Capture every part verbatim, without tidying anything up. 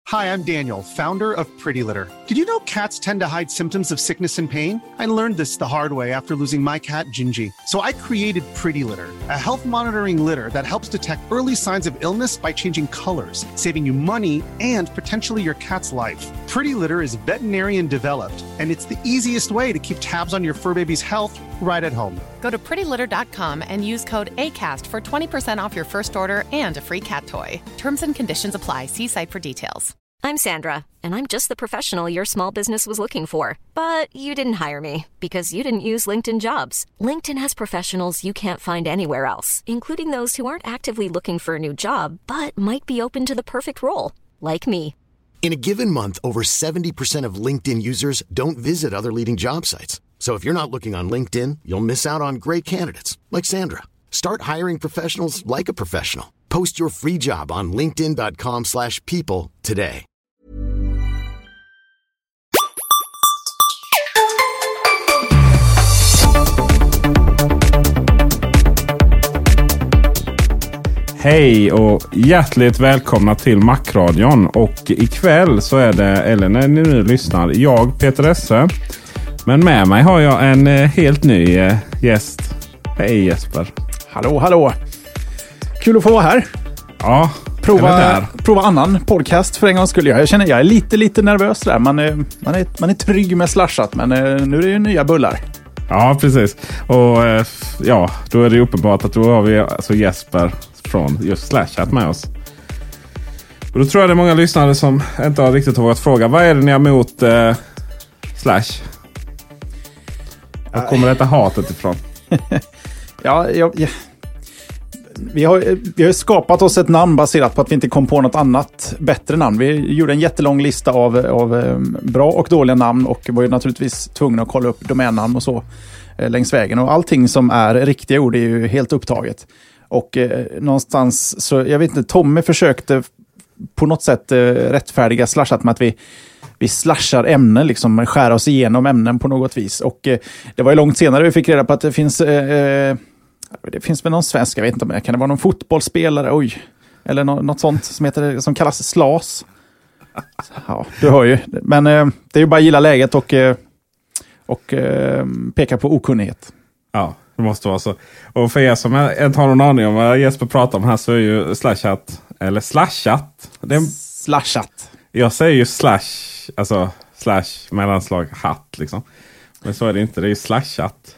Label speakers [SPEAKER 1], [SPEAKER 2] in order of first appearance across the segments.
[SPEAKER 1] Hi, I'm Daniel, founder of Pretty Litter. Did you know cats tend to hide symptoms of sickness and pain? I learned this the hard way after losing my cat, Gingy. So I created Pretty Litter, a health monitoring litter that helps detect early signs of illness by changing colors, saving you money and potentially your cat's life. Pretty Litter is veterinarian developed, and it's the easiest way to keep tabs on your fur baby's health right at home.
[SPEAKER 2] Go to pretty litter dot com and use code ACAST for twenty percent off your first order and a free cat toy. Terms and conditions apply. See site for details.
[SPEAKER 3] I'm Sandra, and I'm just the professional your small business was looking for. But you didn't hire me because you didn't use LinkedIn Jobs. LinkedIn has professionals you can't find anywhere else, including those who aren't actively looking for a new job, but might be open to the perfect role, like me.
[SPEAKER 4] In a given month, over seventy percent of LinkedIn users don't visit other leading job sites. So if you're not looking on LinkedIn, you'll miss out on great candidates like Sandra. Start hiring professionals like a professional. Post your free job on linkedin dot com slash people today.
[SPEAKER 5] Hej och hjärtligt välkomna till Macradion. Och ikväll så är det, eller när ni nu lyssnar, jag Peter Esse. Men med mig har jag en eh, helt ny eh, gäst. Hej Jesper.
[SPEAKER 6] Hallå, hallå. Kul att få vara här.
[SPEAKER 5] Ja,
[SPEAKER 6] prova, prova annan podcast för en gång skulle jag. Jag känner jag är lite, lite nervös där. Man är, man är, man är trygg med slashat, men eh, nu är det ju nya bullar.
[SPEAKER 5] Ja, precis. Och eh, ja, då är det uppenbart att då har vi alltså Jesper från just Slashat med oss. Och då tror jag det är många lyssnare som inte har riktigt vågat fråga. Vad är det ni har emot eh, Slash? Var kommer detta hatet ifrån?
[SPEAKER 6] ja, jag, jag, vi, har, vi har skapat oss ett namn baserat på att vi inte kom på något annat bättre namn. Vi gjorde en jättelång lista av, av bra och dåliga namn och var ju naturligtvis tvungna att kolla upp domännamn och så eh, längs vägen. Och allting som är riktiga ord är ju helt upptaget. Och eh, någonstans, så jag vet inte, Tommy försökte på något sätt eh, rättfärdiga slashat med att vi Vi slashar ämnen, liksom skär oss igenom ämnen på något vis. Och eh, det var ju långt senare vi fick reda på att det finns eh, det finns väl någon svensk, jag vet inte om det kan det vara någon fotbollsspelare, oj. Eller no- något sånt som heter, som kallas slas. Ja, du hör ju. Men eh, det är ju bara att gilla läget och, eh, och eh, peka på okunnighet.
[SPEAKER 5] Ja, det måste vara så. Och för er som inte har någon aning om vad Jesper pratar om här så är ju slashat, eller slashat. Det är...
[SPEAKER 6] Slashat.
[SPEAKER 5] Jag säger ju slash, alltså slash mellanslag hatt liksom. Men så är det inte, det är ju slashat.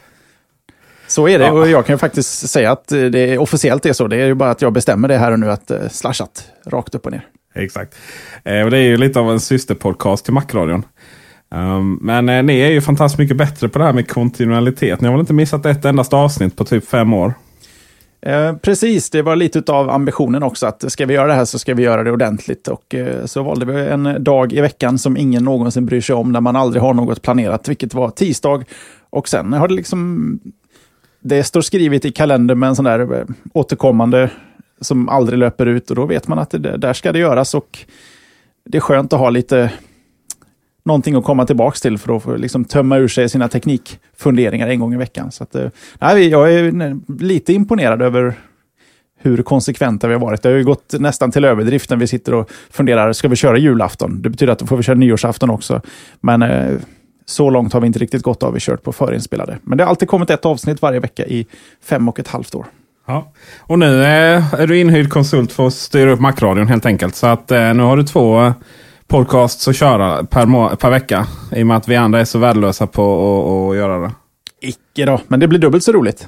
[SPEAKER 6] Så är det, ja. Och jag kan ju faktiskt säga att det officiellt är så. Det är ju bara att jag bestämmer det här och nu att uh, slashat rakt upp och ner.
[SPEAKER 5] Exakt. Eh, och det är ju lite av en systerpodcast till Macradion. Um, men eh, ni är ju fantastiskt mycket bättre på det här med kontinuitet. Ni har väl inte missat ett endast avsnitt på typ fem år?
[SPEAKER 6] Eh, precis, det var lite av ambitionen också att ska vi göra det här så ska vi göra det ordentligt och eh, så valde vi en dag i veckan som ingen någonsin bryr sig om när man aldrig har något planerat, vilket var tisdag och sen har det liksom det står skrivet i kalendern med en sån där eh, återkommande som aldrig löper ut och då vet man att det, där ska det göras och det är skönt att ha lite någonting att komma tillbaks till för att få liksom tömma ur sig sina teknikfunderingar en gång i veckan. Så att, nej, jag är lite imponerad över hur konsekventa vi har varit. Det har ju gått nästan till överdrift när vi sitter och funderar, ska vi köra julafton? Det betyder att då får vi köra nyårsafton också. Men eh, så långt har vi inte riktigt gått av vi kört på förinspelade. Men det har alltid kommit ett avsnitt varje vecka i fem och ett halvt år.
[SPEAKER 5] Ja, och nu eh, är du inhyrd konsult för att styra upp Macradion helt enkelt. Så att eh, nu har du två... Eh, podcasts att köra per, må- per vecka i och med att vi andra är så värdelösa på att, att göra det.
[SPEAKER 6] Icke då, men det blir dubbelt så roligt.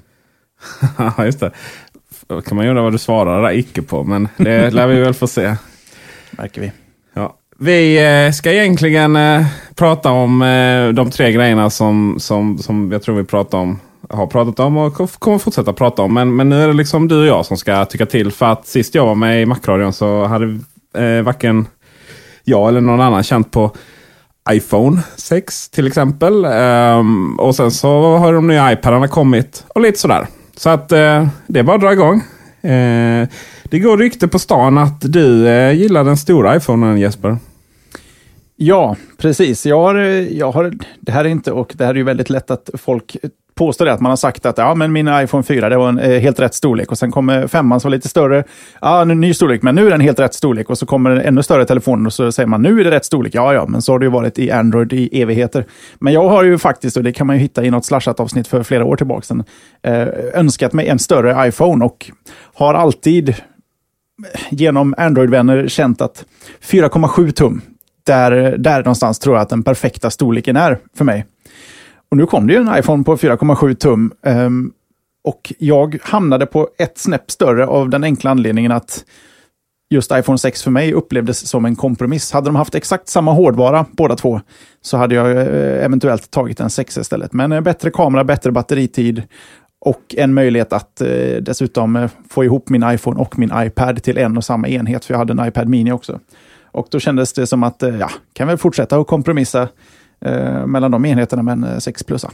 [SPEAKER 5] Ja, just det. Kan man göra vad du svarar där icke på, men det lär vi väl få se.
[SPEAKER 6] Märker vi.
[SPEAKER 5] Ja. Vi eh, ska egentligen eh, prata om eh, de tre grejerna som, som, som jag tror vi pratar om, har pratat om och kommer fortsätta prata om. Men, men nu är det liksom du och jag som ska tycka till, för att sist jag var med i Macradion så hade eh, varken jag eller någon annan känt på iPhone sex till exempel. Um, och sen så har de nya iPadarna kommit och lite sådär. Så att uh, det är bara att dra igång. Uh, det går rykte på stan att du uh, gillar den stora iPhonen, Jesper.
[SPEAKER 6] Ja, precis. Jag har, jag har, det här är inte, och det här är ju väldigt lätt att folk påstå det att man har sagt att ja, men min iPhone fyra det var en eh, helt rätt storlek och sen kommer femman som var lite större. Ja, en ny storlek, men nu är den helt rätt storlek och så kommer en ännu större telefon och så säger man nu är det rätt storlek. Ja, ja, men så har det ju varit i Android i evigheter. Men jag har ju faktiskt, och det kan man ju hitta i något slashat avsnitt för flera år tillbaka sedan, eh, önskat mig en större iPhone och har alltid genom Android-vänner känt att fyra komma sju tum, där, där någonstans tror jag att den perfekta storleken är för mig. Och nu kom det ju en iPhone på fyra komma sju tum um, och jag hamnade på ett snäpp större av den enkla anledningen att just iPhone sex för mig upplevdes som en kompromiss. Hade de haft exakt samma hårdvara, båda två, så hade jag uh, eventuellt tagit en sex istället. Men uh, bättre kamera, bättre batteritid och en möjlighet att uh, dessutom uh, få ihop min iPhone och min iPad till en och samma enhet, för jag hade en iPad mini också. Och då kändes det som att, uh, ja, kan väl fortsätta att kompromissa Uh, mellan de enheterna med en uh, sex plusa.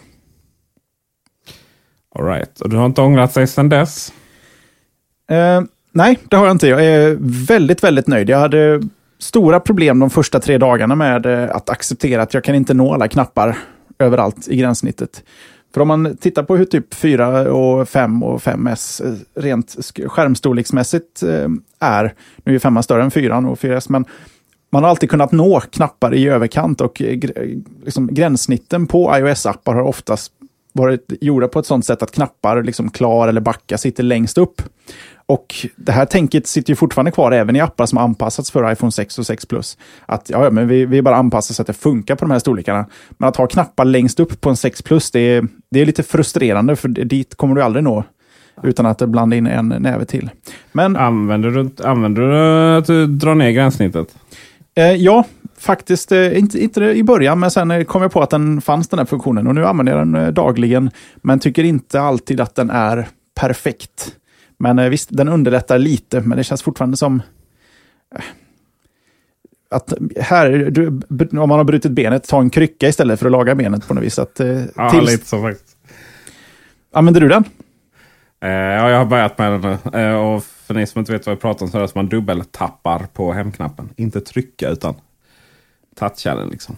[SPEAKER 5] All right. Och du har inte ångrat sig sedan dess?
[SPEAKER 6] Uh, nej, det har jag inte. Jag är väldigt, väldigt nöjd. Jag hade stora problem de första tre dagarna med uh, att acceptera att jag kan inte nå alla knappar överallt i gränssnittet. För om man tittar på hur typ fyra och fem och fem S uh, rent skärmstorleksmässigt uh, är, nu är femman större än fyran och fyra S, men man har alltid kunnat nå knappar i överkant och liksom, gränssnitten på iOS-appar har oftast varit gjorda på ett sånt sätt att knappar liksom klar eller backa sitter längst upp. Och det här tänket sitter ju fortfarande kvar även i appar som har anpassats för iPhone sex och sex plus. Att ja, men vi, vi bara anpassar så att det funkar på de här storlekarna. Men att ha knappar längst upp på en sex plus, det är, det är lite frustrerande, för dit kommer du aldrig nå utan att blanda in en näve till. Men
[SPEAKER 5] använder du, använder du att du drar ner gränssnittet?
[SPEAKER 6] Eh, ja, faktiskt eh, inte, inte i början, men sen kom jag på att den fanns, den här funktionen, och nu använder jag den eh, dagligen, men tycker inte alltid att den är perfekt. Men eh, visst, den underlättar lite, men det känns fortfarande som eh, att här, du, om man har brutit benet, ta en krycka istället för att laga benet på något vis. Att, eh,
[SPEAKER 5] ja,
[SPEAKER 6] tills...
[SPEAKER 5] lite så faktiskt.
[SPEAKER 6] Använder du den?
[SPEAKER 5] Eh, ja, jag har börjat med den nu. Eh, och för ni som inte vet vad jag pratar om, så är det att man dubbeltappar på hemknappen. Inte trycka, utan toucha den liksom.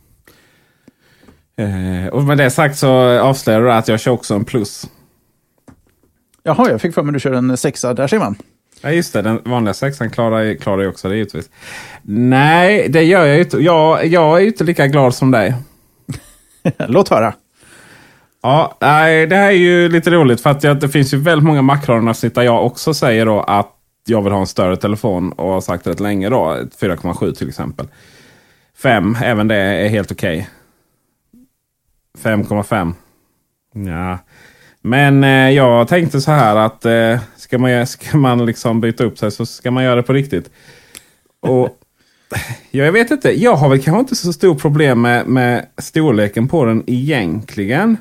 [SPEAKER 5] Eh, och med det sagt så avslöjar du att jag kör också en plus.
[SPEAKER 6] Jaha, jag fick för mig att du kör en sexa, där ser man.
[SPEAKER 5] Ja, just det. Den vanliga sexan klarar, klarar jag också det, givetvis. Nej, det gör jag inte. Jag, jag är ju inte lika glad som dig.
[SPEAKER 6] Låt höra.
[SPEAKER 5] Ja, nej, det här är ju lite roligt, för att det, det finns ju väldigt många makroavsnitt där jag också säger då att jag vill ha en större telefon, och har sagt det rätt länge då, fyra komma sju till exempel. fem, även det är helt okej. Okay. fem komma fem. Ja. Men eh, jag tänkte så här att eh, ska man, ska man liksom byta upp sig, så ska man göra det på riktigt. Och jag vet inte, jag har väl kanske inte så stor problem med, med storleken på den egentligen.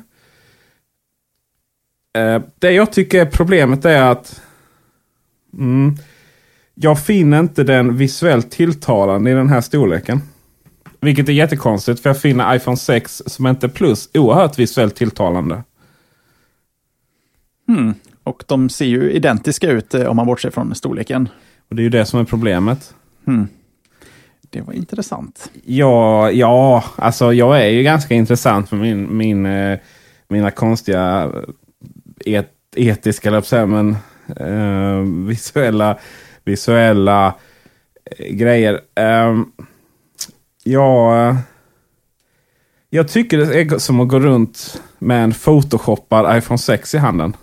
[SPEAKER 5] Eh, det jag tycker är problemet är att mm, jag finner inte den visuellt tilltalande i den här storleken. Vilket är jättekonstigt, för jag finner iPhone sex som inte plus oerhört visuellt tilltalande.
[SPEAKER 6] Hmm. Och de ser ju identiska ut eh, om man bortser från storleken.
[SPEAKER 5] Och det är ju det som är problemet.
[SPEAKER 6] Hmm. Det var intressant.
[SPEAKER 5] Ja, ja, alltså jag är ju ganska intressant för min, min, eh, mina konstiga et, etiska, eller så här, men eh, visuella, visuella eh, grejer. Eh, ja, jag tycker det är som att gå runt med en photoshoppad iPhone sex i handen.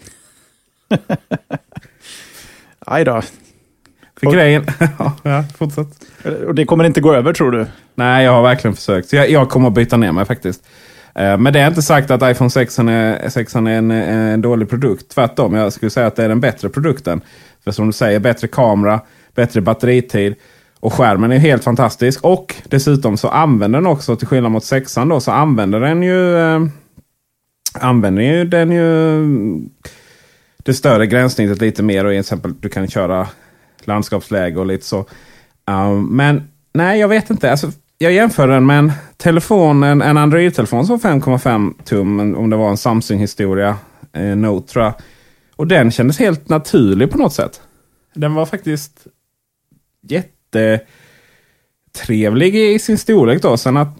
[SPEAKER 6] Aj då.
[SPEAKER 5] För grejen... ja, fortsätt.
[SPEAKER 6] Och det kommer inte gå över, tror du?
[SPEAKER 5] Nej, jag har verkligen försökt. Så jag, jag kommer att byta ner mig faktiskt. Uh, men det är inte sagt att iPhone sex är, sex är en, en dålig produkt. Tvärtom, jag skulle säga att det är den bättre produkten. För som du säger, bättre kamera, bättre batteritid. Och skärmen är helt fantastisk. Och dessutom så använder den också, till skillnad mot sexan då, så använder den ju... Uh, använder ju den ju... det större gränssnittet lite mer, och till exempel du kan köra landskapsläge och lite så. Um, men nej, jag vet inte. Alltså, jag jämför den med en telefon, en, en Android-telefon som fem komma fem tum, om det var en Samsung-historia, eh, Note tror jag. Och den kändes helt naturlig på något sätt. Den var faktiskt jättetrevlig i sin storlek då. Sen att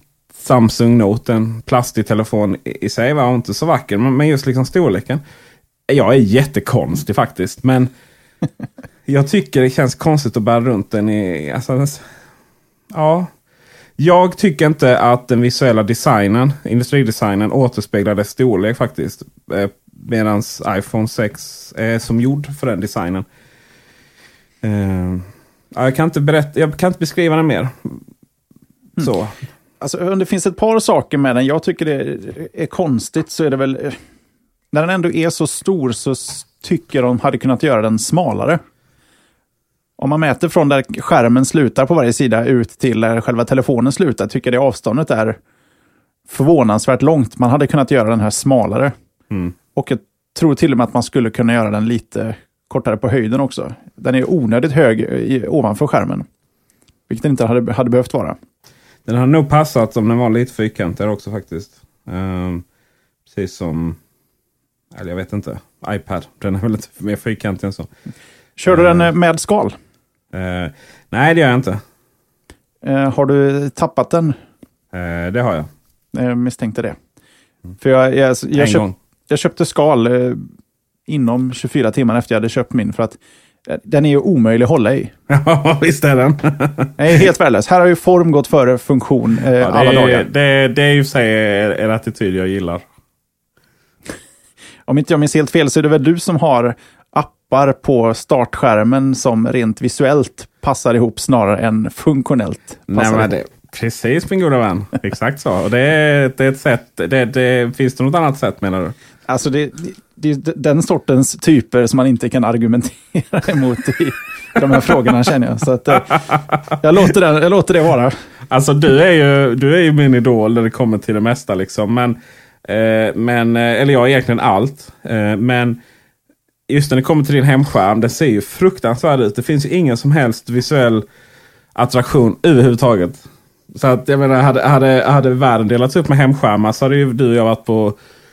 [SPEAKER 5] Samsung Note, en plastig telefon i, i sig, var inte så vacker. Men, men just liksom storleken. Jag är jättekonstig faktiskt. Men jag tycker det känns konstigt att bära runt den i... Alltså, ja... Jag tycker inte att den visuella designen, industridesignen, återspeglar dess storlek faktiskt. Eh, Medan iPhone sex är som gjord för den designen. Eh, jag, kan inte berätta, jag kan inte beskriva den mer. Så.
[SPEAKER 6] Mm. Alltså, om det finns ett par saker med den jag tycker det är konstigt, så är det väl... När den ändå är så stor så tycker de hade kunnat göra den smalare. Om man mäter från där skärmen slutar på varje sida ut till där själva telefonen slutar, tycker jag det avståndet är förvånansvärt långt. Man hade kunnat göra den här smalare. Mm. Och jag tror till och med att man skulle kunna göra den lite kortare på höjden också. Den är onödigt hög i, ovanför skärmen. Vilket den inte hade, hade behövt vara.
[SPEAKER 5] Den hade nog passat om den var lite fyrkantig också faktiskt. Um, precis som, eller jag vet inte, iPad. Den är väl lite mer fyrkantig än så.
[SPEAKER 6] Kör du uh, den med skal?
[SPEAKER 5] Uh, nej, det gör jag inte.
[SPEAKER 6] Uh, har du tappat den?
[SPEAKER 5] Uh, det har jag.
[SPEAKER 6] Jag misstänkte det. Mm. För jag, jag, jag, köpt, jag köpte skal uh, inom tjugofyra timmar efter jag hade köpt min, för att uh, den är ju omöjlig att hålla i.
[SPEAKER 5] Ja, visst är den.
[SPEAKER 6] Den är helt värdelös. Här har ju form gått före funktion uh, ja, alla
[SPEAKER 5] är,
[SPEAKER 6] dagar.
[SPEAKER 5] Det, det är ju sig en attityd jag gillar.
[SPEAKER 6] Om inte jag minns helt fel så är det väl du som har appar på startskärmen som rent visuellt passar ihop snarare än funktionellt.
[SPEAKER 5] Nej, men det, precis, min goda vän. Exakt så. Och det är, det är ett sätt. Det, det, finns det något annat sätt, menar du?
[SPEAKER 6] Alltså det, det, det är den sortens typer som man inte kan argumentera emot i de här frågorna, känner jag. Så att, jag, låter det, jag låter det vara.
[SPEAKER 5] Alltså du är ju, du är ju min idol när det kommer till det mesta liksom. Men, eh, men eller jag är egentligen allt. Eh, men just när det kommer till din hemskärm, det ser ju fruktansvärt ut. Det finns ju ingen som helst visuell attraktion överhuvudtaget. Så att jag menar, hade, hade, hade världen delats upp med hemskärmar så hade ju du och jag varit på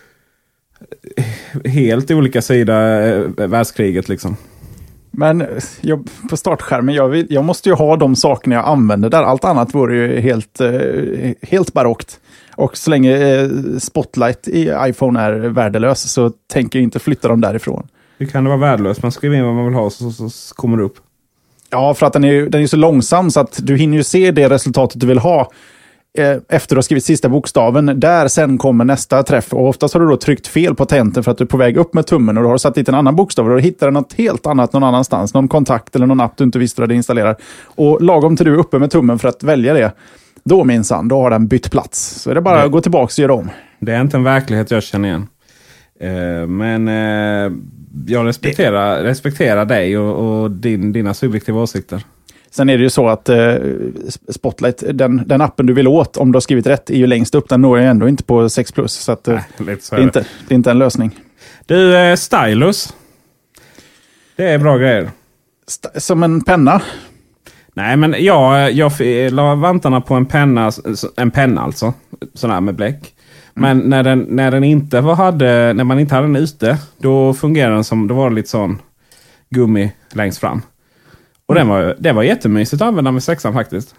[SPEAKER 5] helt olika sidor världskriget liksom.
[SPEAKER 6] Men jag, på startskärmen, jag, vill, jag måste ju ha de sakerna jag använder där. Allt annat vore ju helt, helt barockt. Och så länge Spotlight i iPhone är värdelös så tänker jag inte flytta dem därifrån.
[SPEAKER 5] Hur kan det vara värdelös? Man skriver in vad man vill ha så, så, så kommer det upp.
[SPEAKER 6] Ja, för att den är, den är så långsam så att du hinner ju se det resultatet du vill ha eh, efter du har skrivit sista bokstaven. Där sen kommer nästa träff. Och oftast har du då tryckt fel på tangenten för att du är på väg upp med tummen och du har satt dit en annan bokstav och du hittar något helt annat någon annanstans. Någon kontakt eller någon app du inte visste du hade installerat. Och lagom till du är uppe med tummen för att välja det, då minsann, då har den bytt plats. Så är det bara det, att gå tillbaka och göra om. Det
[SPEAKER 5] är inte en verklighet jag känner igen. Uh, men uh, jag respekterar, det... respekterar dig och, och din, dina subjektiva åsikter.
[SPEAKER 6] Sen är det ju så att uh, Spotlight, den, den appen du vill åt, om du har skrivit rätt, är ju längst upp. Den når ju ändå inte på sex plus. Så, att, uh, Nej, så är det, är inte, det är inte en lösning.
[SPEAKER 5] Du, uh, Stylus. Det är bra grejer.
[SPEAKER 6] St- som en penna?
[SPEAKER 5] Nej, men jag, jag la vantarna på en penna, en penna alltså, sån här med bläck. Men mm. när, den, när den inte var, hade, när man inte hade den ute, då fungerade den som, då var det lite sån gummi längst fram. Och mm. den var, det var jättemysigt att använda med sexan faktiskt.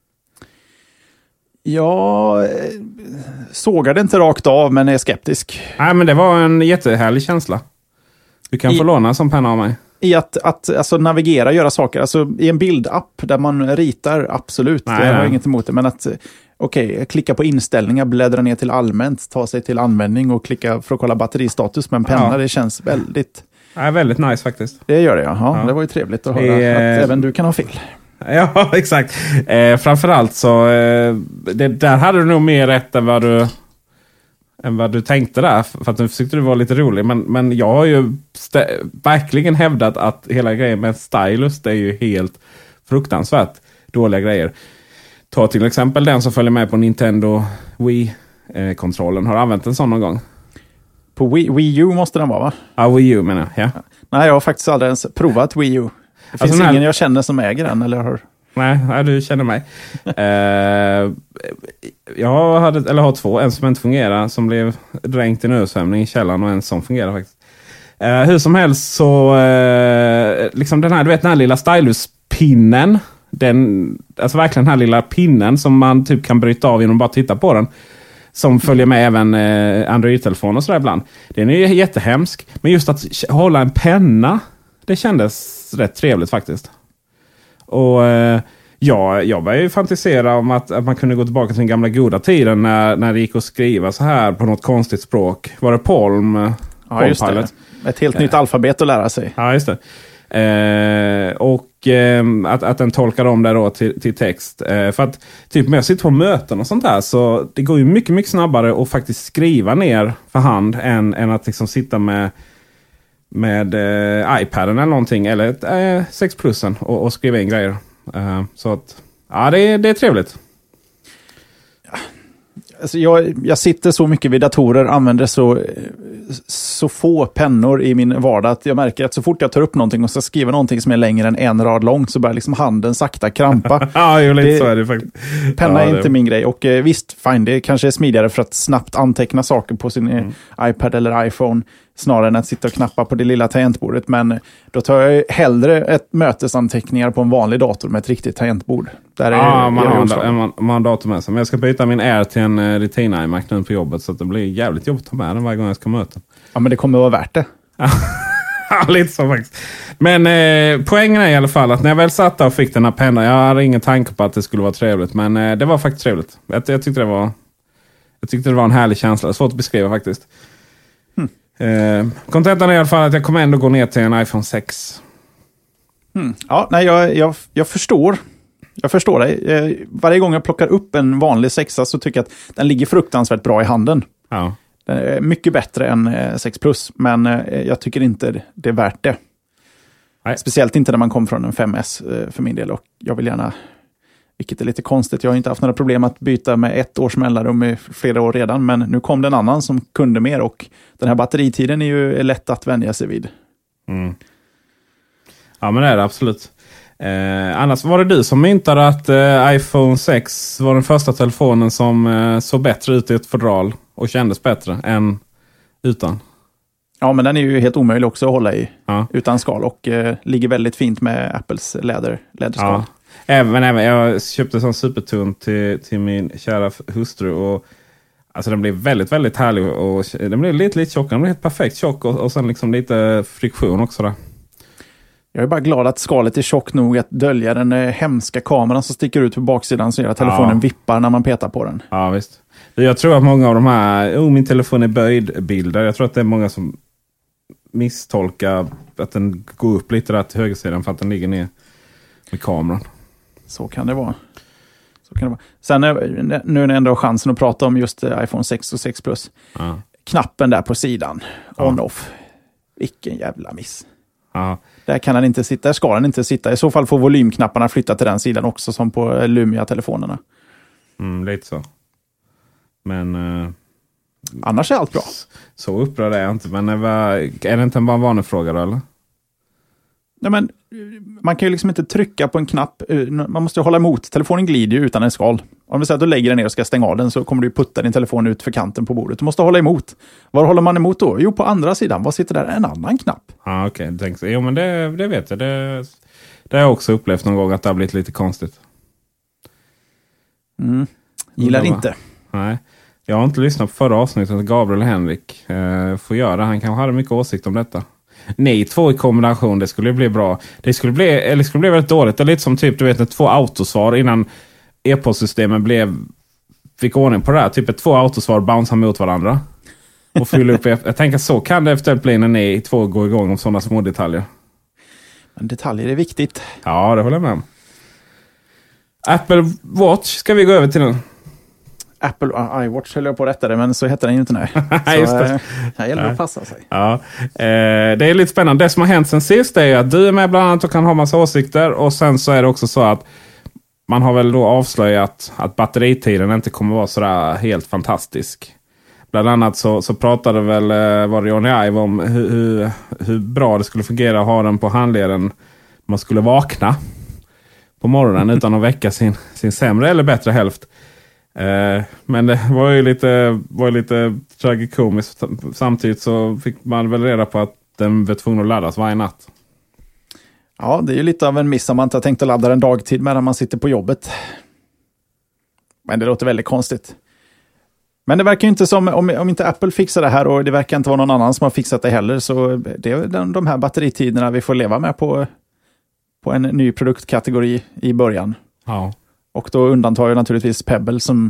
[SPEAKER 6] Jag sågade inte rakt av, men är skeptisk.
[SPEAKER 5] Nej, men det var en jättehärlig känsla. Du kan I... få låna en sån penna av mig.
[SPEAKER 6] I att, att alltså, navigera, göra saker. Alltså i en bildapp där man ritar, absolut. Nej, jag har nej. inget emot det. Men att, okej, okay, klicka på inställningar, bläddra ner till allmänt, ta sig till användning och klicka för att kolla batteristatus med en penna. Ja. Det känns väldigt...
[SPEAKER 5] Ja, väldigt nice faktiskt.
[SPEAKER 6] Det gör det, ja. ja, ja. Det var ju trevligt att höra e... att även du kan ha fel.
[SPEAKER 5] Ja, exakt. Eh, framförallt så, eh, det, där hade du nog mer rätt än vad du... än vad du tänkte där, för att nu försökte du vara lite rolig, men, men jag har ju st- verkligen hävdat att hela grejen med stylus, det är ju helt fruktansvärt dåliga grejer. Ta till exempel den som följer med på Nintendo Wii-kontrollen. Har du använt en sån någon gång?
[SPEAKER 6] På Wii, Wii U måste den vara, va?
[SPEAKER 5] Ja, Wii U menar jag, ja.
[SPEAKER 6] Nej, jag har faktiskt aldrig ens provat Wii U. Det finns alltså, ingen här... jag känner som äger den, eller har...
[SPEAKER 5] Nej, nej, du känner mig. uh, jag hade, eller har två. En som inte fungerar, som blev dränkt i en översvämning i källaren, och en som fungerar faktiskt. Uh, hur som helst så, uh, liksom den här, du vet den här lilla styluspinnen den, alltså verkligen den här lilla pinnen som man typ kan bryta av genom att bara titta på den. Som följer med även eh, Android-telefoner och sådär ibland. Den är ju jättehemsk. Men just att hålla en penna, det kändes rätt trevligt faktiskt. Och eh, ja, jag började ju fantisera om att, att man kunde gå tillbaka till den gamla goda tiden när, när det gick att skriva så här på något konstigt språk. Var det Palm?
[SPEAKER 6] Ja, just det. Ett helt nytt alfabet att lära sig.
[SPEAKER 5] Ja, just det. Eh, och eh, att, att den tolkar om det då till, till text. Eh, för att typ när jag sitter på möten och sånt där, så det går ju mycket, mycket snabbare att faktiskt skriva ner för hand än, än att liksom sitta med med eh, iPaden eller någonting, eller ett eh, sex plusen och, och skriva in grejer. Eh, så att, ja, det är, det är trevligt.
[SPEAKER 6] Alltså jag, jag sitter så mycket vid datorer, använder så, så få pennor i min vardag att jag märker att så fort jag tar upp någonting och ska skriva någonting som är längre än en rad långt så börjar liksom handen sakta krampa.
[SPEAKER 5] Ja, ju lite det, så är det faktiskt.
[SPEAKER 6] Penna
[SPEAKER 5] ja,
[SPEAKER 6] är
[SPEAKER 5] det...
[SPEAKER 6] inte min grej. Och eh, visst, fine, det kanske är smidigare för att snabbt anteckna saker på sin mm. iPad eller iPhone snarare än att sitta och knappa på det lilla tangentbordet. Men då tar jag hellre ett mötesanteckningar på en vanlig dator med ett riktigt tangentbord. Där är,
[SPEAKER 5] ja, man,
[SPEAKER 6] är
[SPEAKER 5] har, en, man, man har en dator med sig. Men jag ska byta min Air till en uh, Retina iMac nu på jobbet, så att det blir jävligt jobbigt att ta med den varje gång jag ska möta.
[SPEAKER 6] Ja, men det kommer att vara värt det.
[SPEAKER 5] Ja, lite så faktiskt. Men eh, poängen är i alla fall att när jag väl satt där och fick den här pennan, jag hade ingen tanke på att det skulle vara trevligt, men eh, det var faktiskt trevligt. Jag, jag tyckte det var jag tyckte det var en härlig känsla. Det är svårt att beskriva faktiskt. Hmm. Eh, kontentan är i alla fall att jag kommer ändå gå ner till en iPhone sex.
[SPEAKER 6] Hmm. Ja, nej, jag, jag, jag förstår. Jag förstår dig. Eh, varje gång jag plockar upp en vanlig sexa så tycker jag att den ligger fruktansvärt bra i handen.
[SPEAKER 5] Ja.
[SPEAKER 6] Den är mycket bättre än eh, sex plus, men eh, jag tycker inte det är värt det. Nej. Speciellt inte när man kom från en fem S eh, för min del, och jag vill gärna, vilket är lite konstigt, jag har inte haft några problem att byta med ett års mellanrum i flera år redan, men nu kom det en annan som kunde mer, och den här batteritiden är ju lätt att vänja sig vid.
[SPEAKER 5] Mm. Ja, men det är det absolut. Eh, annars var det du som myntade att eh, iPhone sex var den första telefonen som eh, såg bättre ut i ett fodral och kändes bättre än utan.
[SPEAKER 6] Ja, men den är ju helt omöjlig också att hålla i
[SPEAKER 5] ja.
[SPEAKER 6] utan skal, och eh, ligger väldigt fint med Apples läder, läderskal.
[SPEAKER 5] Ja. Även, även, jag köpte en sån supertunn till, till min kära hustru, och alltså den blev väldigt, väldigt härlig, och den blev lite, lite tjock, den blev helt perfekt tjock, och, och sen liksom lite friktion också där.
[SPEAKER 6] Jag är bara glad att skalet är tjock nog att dölja den hemska kameran som sticker ut på baksidan, så gör att telefonen ja. vippar när man petar på den.
[SPEAKER 5] Ja, visst. Jag tror att många av de här, oh, min telefon är böjd bilder. Jag tror att det är många som misstolkar att den går upp lite där till högersidan för att den ligger ner med kameran.
[SPEAKER 6] Så kan det vara. Så kan det vara. Sen nu när jag ändå har chansen att prata om just iPhone sex och sex plus. Ja. Knappen där på sidan, ja. on-off. Vilken jävla miss.
[SPEAKER 5] Ja.
[SPEAKER 6] Där kan den inte sitta, där ska den inte sitta. I så fall får volymknapparna flytta till den sidan också, som på Lumia-telefonerna.
[SPEAKER 5] Mm, lite så. Men uh,
[SPEAKER 6] annars är allt bra.
[SPEAKER 5] Så upprörd är jag inte. Men är det inte bara en vanefråga då, eller?
[SPEAKER 6] Nej, men man kan ju liksom inte trycka på en knapp. Man måste hålla emot. Telefonen glider ju utan en skal. Om vi säger att du lägger den ner och ska stänga av den, så kommer du putta din telefon ut för kanten på bordet. Du måste hålla emot. Var håller man emot då? Jo, på andra sidan. Vad sitter där? En annan knapp.
[SPEAKER 5] Ja, ah, okej. Okay. Jo, men det, det vet jag. Det, det har jag också upplevt någon gång, att det har blivit lite konstigt.
[SPEAKER 6] Mm. Gillar inte.
[SPEAKER 5] Nej. Jag har inte lyssnat på förra avsnittet. Gabriel och Henrik eh, får göra. Han kanske hade mycket åsikt om detta. Ni två i kombination, det skulle bli bra. Det skulle bli, eller skulle bli väldigt dåligt. Det är lite som typ, du vet, två autosvar innan e-postsystemen blev, fick ordning på det här. Typ ett två autosvar bouncear mot varandra. Och fyller upp. Jag tänker så kan det eventuellt bli när ni två går igång om sådana små detaljer.
[SPEAKER 6] Men detaljer är viktigt.
[SPEAKER 5] Ja, det håller jag med om. Apple Watch, ska vi gå över till den?
[SPEAKER 6] Apple uh, iWatch höll jag på att rätta det, men så heter den ju inte nu.
[SPEAKER 5] Så, just det.
[SPEAKER 6] Här gäller det att passa sig.
[SPEAKER 5] Ja. Eh, det är lite spännande. Det som har hänt sen sist är att du är med bland annat och kan ha massa åsikter. Och sen så är det också så att man har väl då avslöjat att batteritiden inte kommer vara sådär helt fantastisk. Bland annat så, så pratade väl var det Johnny Ive om hur, hur, hur bra det skulle fungera att ha den på handleden. Man skulle vakna på morgonen utan att väcka sin, sin sämre eller bättre hälft. Eh, men det var ju lite, var ju lite tragikomiskt. Samtidigt så fick man väl reda på att den var tvungen att laddas varje natt.
[SPEAKER 6] Ja, det är ju lite av en miss om man inte har tänkt att ladda en dagtid medan man sitter på jobbet. Men det låter väldigt konstigt. Men det verkar ju inte som, om, om inte Apple fixar det här och det verkar inte vara någon annan som har fixat det heller, så det är de, de här batteritiderna vi får leva med på, på en ny produktkategori i början.
[SPEAKER 5] Ja.
[SPEAKER 6] Och då undantar jag naturligtvis Pebble som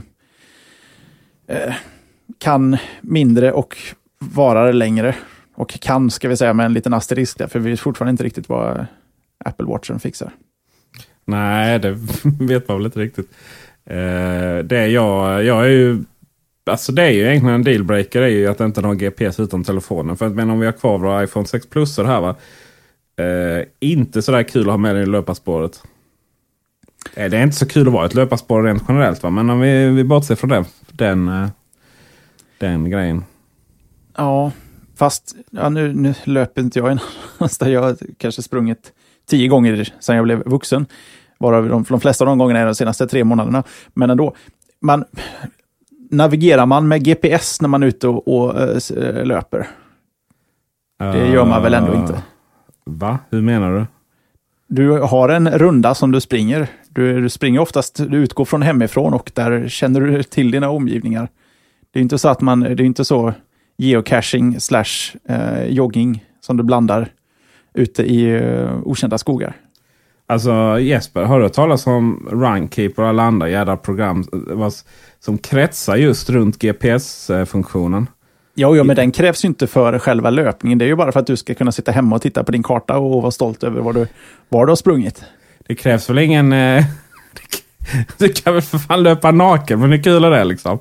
[SPEAKER 6] eh, kan mindre och varar längre. Och kan, ska vi säga, med en liten asterisk där, för vi vet fortfarande inte riktigt vad Apple Watchen fixar.
[SPEAKER 5] Nej, det vet man väl inte riktigt. Eh, det är jag, jag är ju, alltså det är ju egentligen en dealbreaker, är ju att inte ha G P S utan telefonen. För att, men om vi har kvar våra iPhone sex Plus här, va? Eh, inte så där kul att ha med den i löparspåret. Eh, det är inte så kul att vara ett löparspår rent generellt, va? Men om vi, vi bortser från den, den, eh, den grejen.
[SPEAKER 6] Ja, fast ja, nu, nu löper inte jag en där jag har kanske sprungit tio gånger sedan jag blev vuxen. Varav de, de flesta av de gångerna är de senaste tre månaderna. Men ändå, man, navigerar man med G P S när man är ute och, och äh, löper? Det gör man väl ändå inte?
[SPEAKER 5] Va? Hur menar du?
[SPEAKER 6] Du har en runda som du springer. Du, du springer oftast, du utgår från hemifrån och där känner du till dina omgivningar. Det är inte så att man, det är inte så geocaching slash eh, jogging som du blandar ute i eh, okända skogar.
[SPEAKER 5] Alltså Jesper, har du hört talas om Runkeeper och alla andra jävla program som kretsar just runt G P S-funktionen?
[SPEAKER 6] Ja, ja, men den krävs ju inte för själva löpningen. Det är ju bara för att du ska kunna sitta hemma och titta på din karta och vara stolt över var du, var du har sprungit.
[SPEAKER 5] Det krävs väl ingen... Eh, du kan väl för fan löpa naken, men det är kul är det liksom.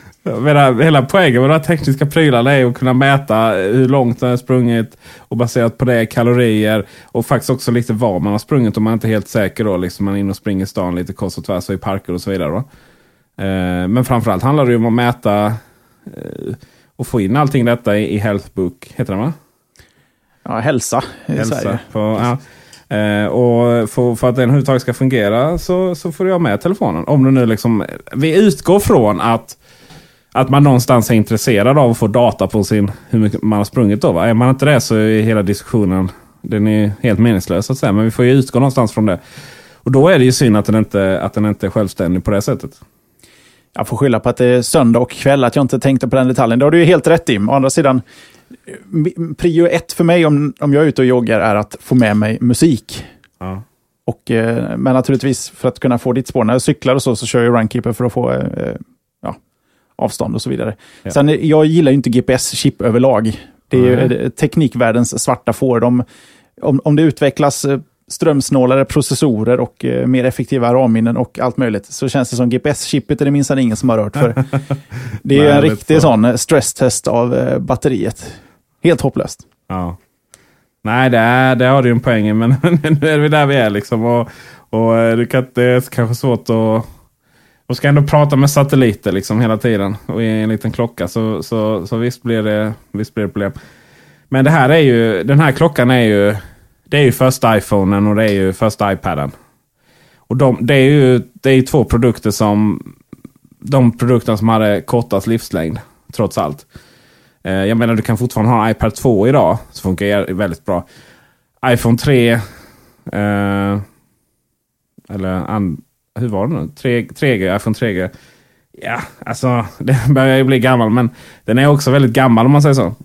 [SPEAKER 5] Hela poängen med de här tekniska prylarna är att kunna mäta hur långt man har sprungit och baserat på det kalorier och faktiskt också lite var man har sprungit om man inte är helt säker då. Liksom man är inne och springer i stan lite kors och tvärs och i parker och så vidare då. Eh, men framförallt handlar det ju om att mäta eh, och få in allting detta i, i Healthbook, heter det, va?
[SPEAKER 6] Ja, hälsa.
[SPEAKER 5] Hälsa på, ja. Eh, och för, för att den överhuvudtaget ska fungera så, så får du ha med telefonen. Om du nu liksom, vi utgår från att Att man någonstans är intresserad av att få data på sin, hur mycket man har sprungit då, va? Är man inte det så är hela diskussionen, den är helt meningslös att säga. Men vi får ju utgå någonstans från det. Och då är det ju synd att den inte, att den inte är självständig på det sättet.
[SPEAKER 6] Jag får skylla på att det är söndag och kväll, att jag inte tänkte på den detaljen. Det har du ju helt rätt i. Å andra sidan, prio ett för mig om, om jag är ute och joggar är att få med mig musik.
[SPEAKER 5] Ja.
[SPEAKER 6] Och, men naturligtvis för att kunna få ditt spår. När jag cyklar och så, så kör jag Runkeeper för att få... Ja, avstånd och så vidare. Ja. Sen, jag gillar ju inte G P S-chip överlag. Det är mm. ju teknikvärldens svarta får. De, om, om det utvecklas strömsnålare processorer och eh, mer effektiva ramminnen och allt möjligt, så känns det som G P S-chippet är det minst ingen som har rört. För det är Nej, en riktig sån stresstest av eh, batteriet. Helt hopplöst.
[SPEAKER 5] Ja. Nej, det, är, det har du ju en poäng, men nu är vi där vi är liksom. Och, och det, kan, det är kanske svårt att och ska ändå prata med satelliter liksom hela tiden och i en liten klocka, så, så, så visst blir det visst blir det problem. Men det här är ju, den här klockan är ju, det är ju första iPhonen och det är ju första iPaden. Och de, det är ju det är ju två produkter som de produkterna som hade kortast livslängd trots allt. Eh, jag menar, du kan fortfarande ha iPad två idag, så funkar det väldigt bra. iPhone tre eh, eller and, hur var det nu? tre G, iPhone tre G. Ja, alltså det börjar ju bli gammal, men den är också väldigt gammal om man säger så.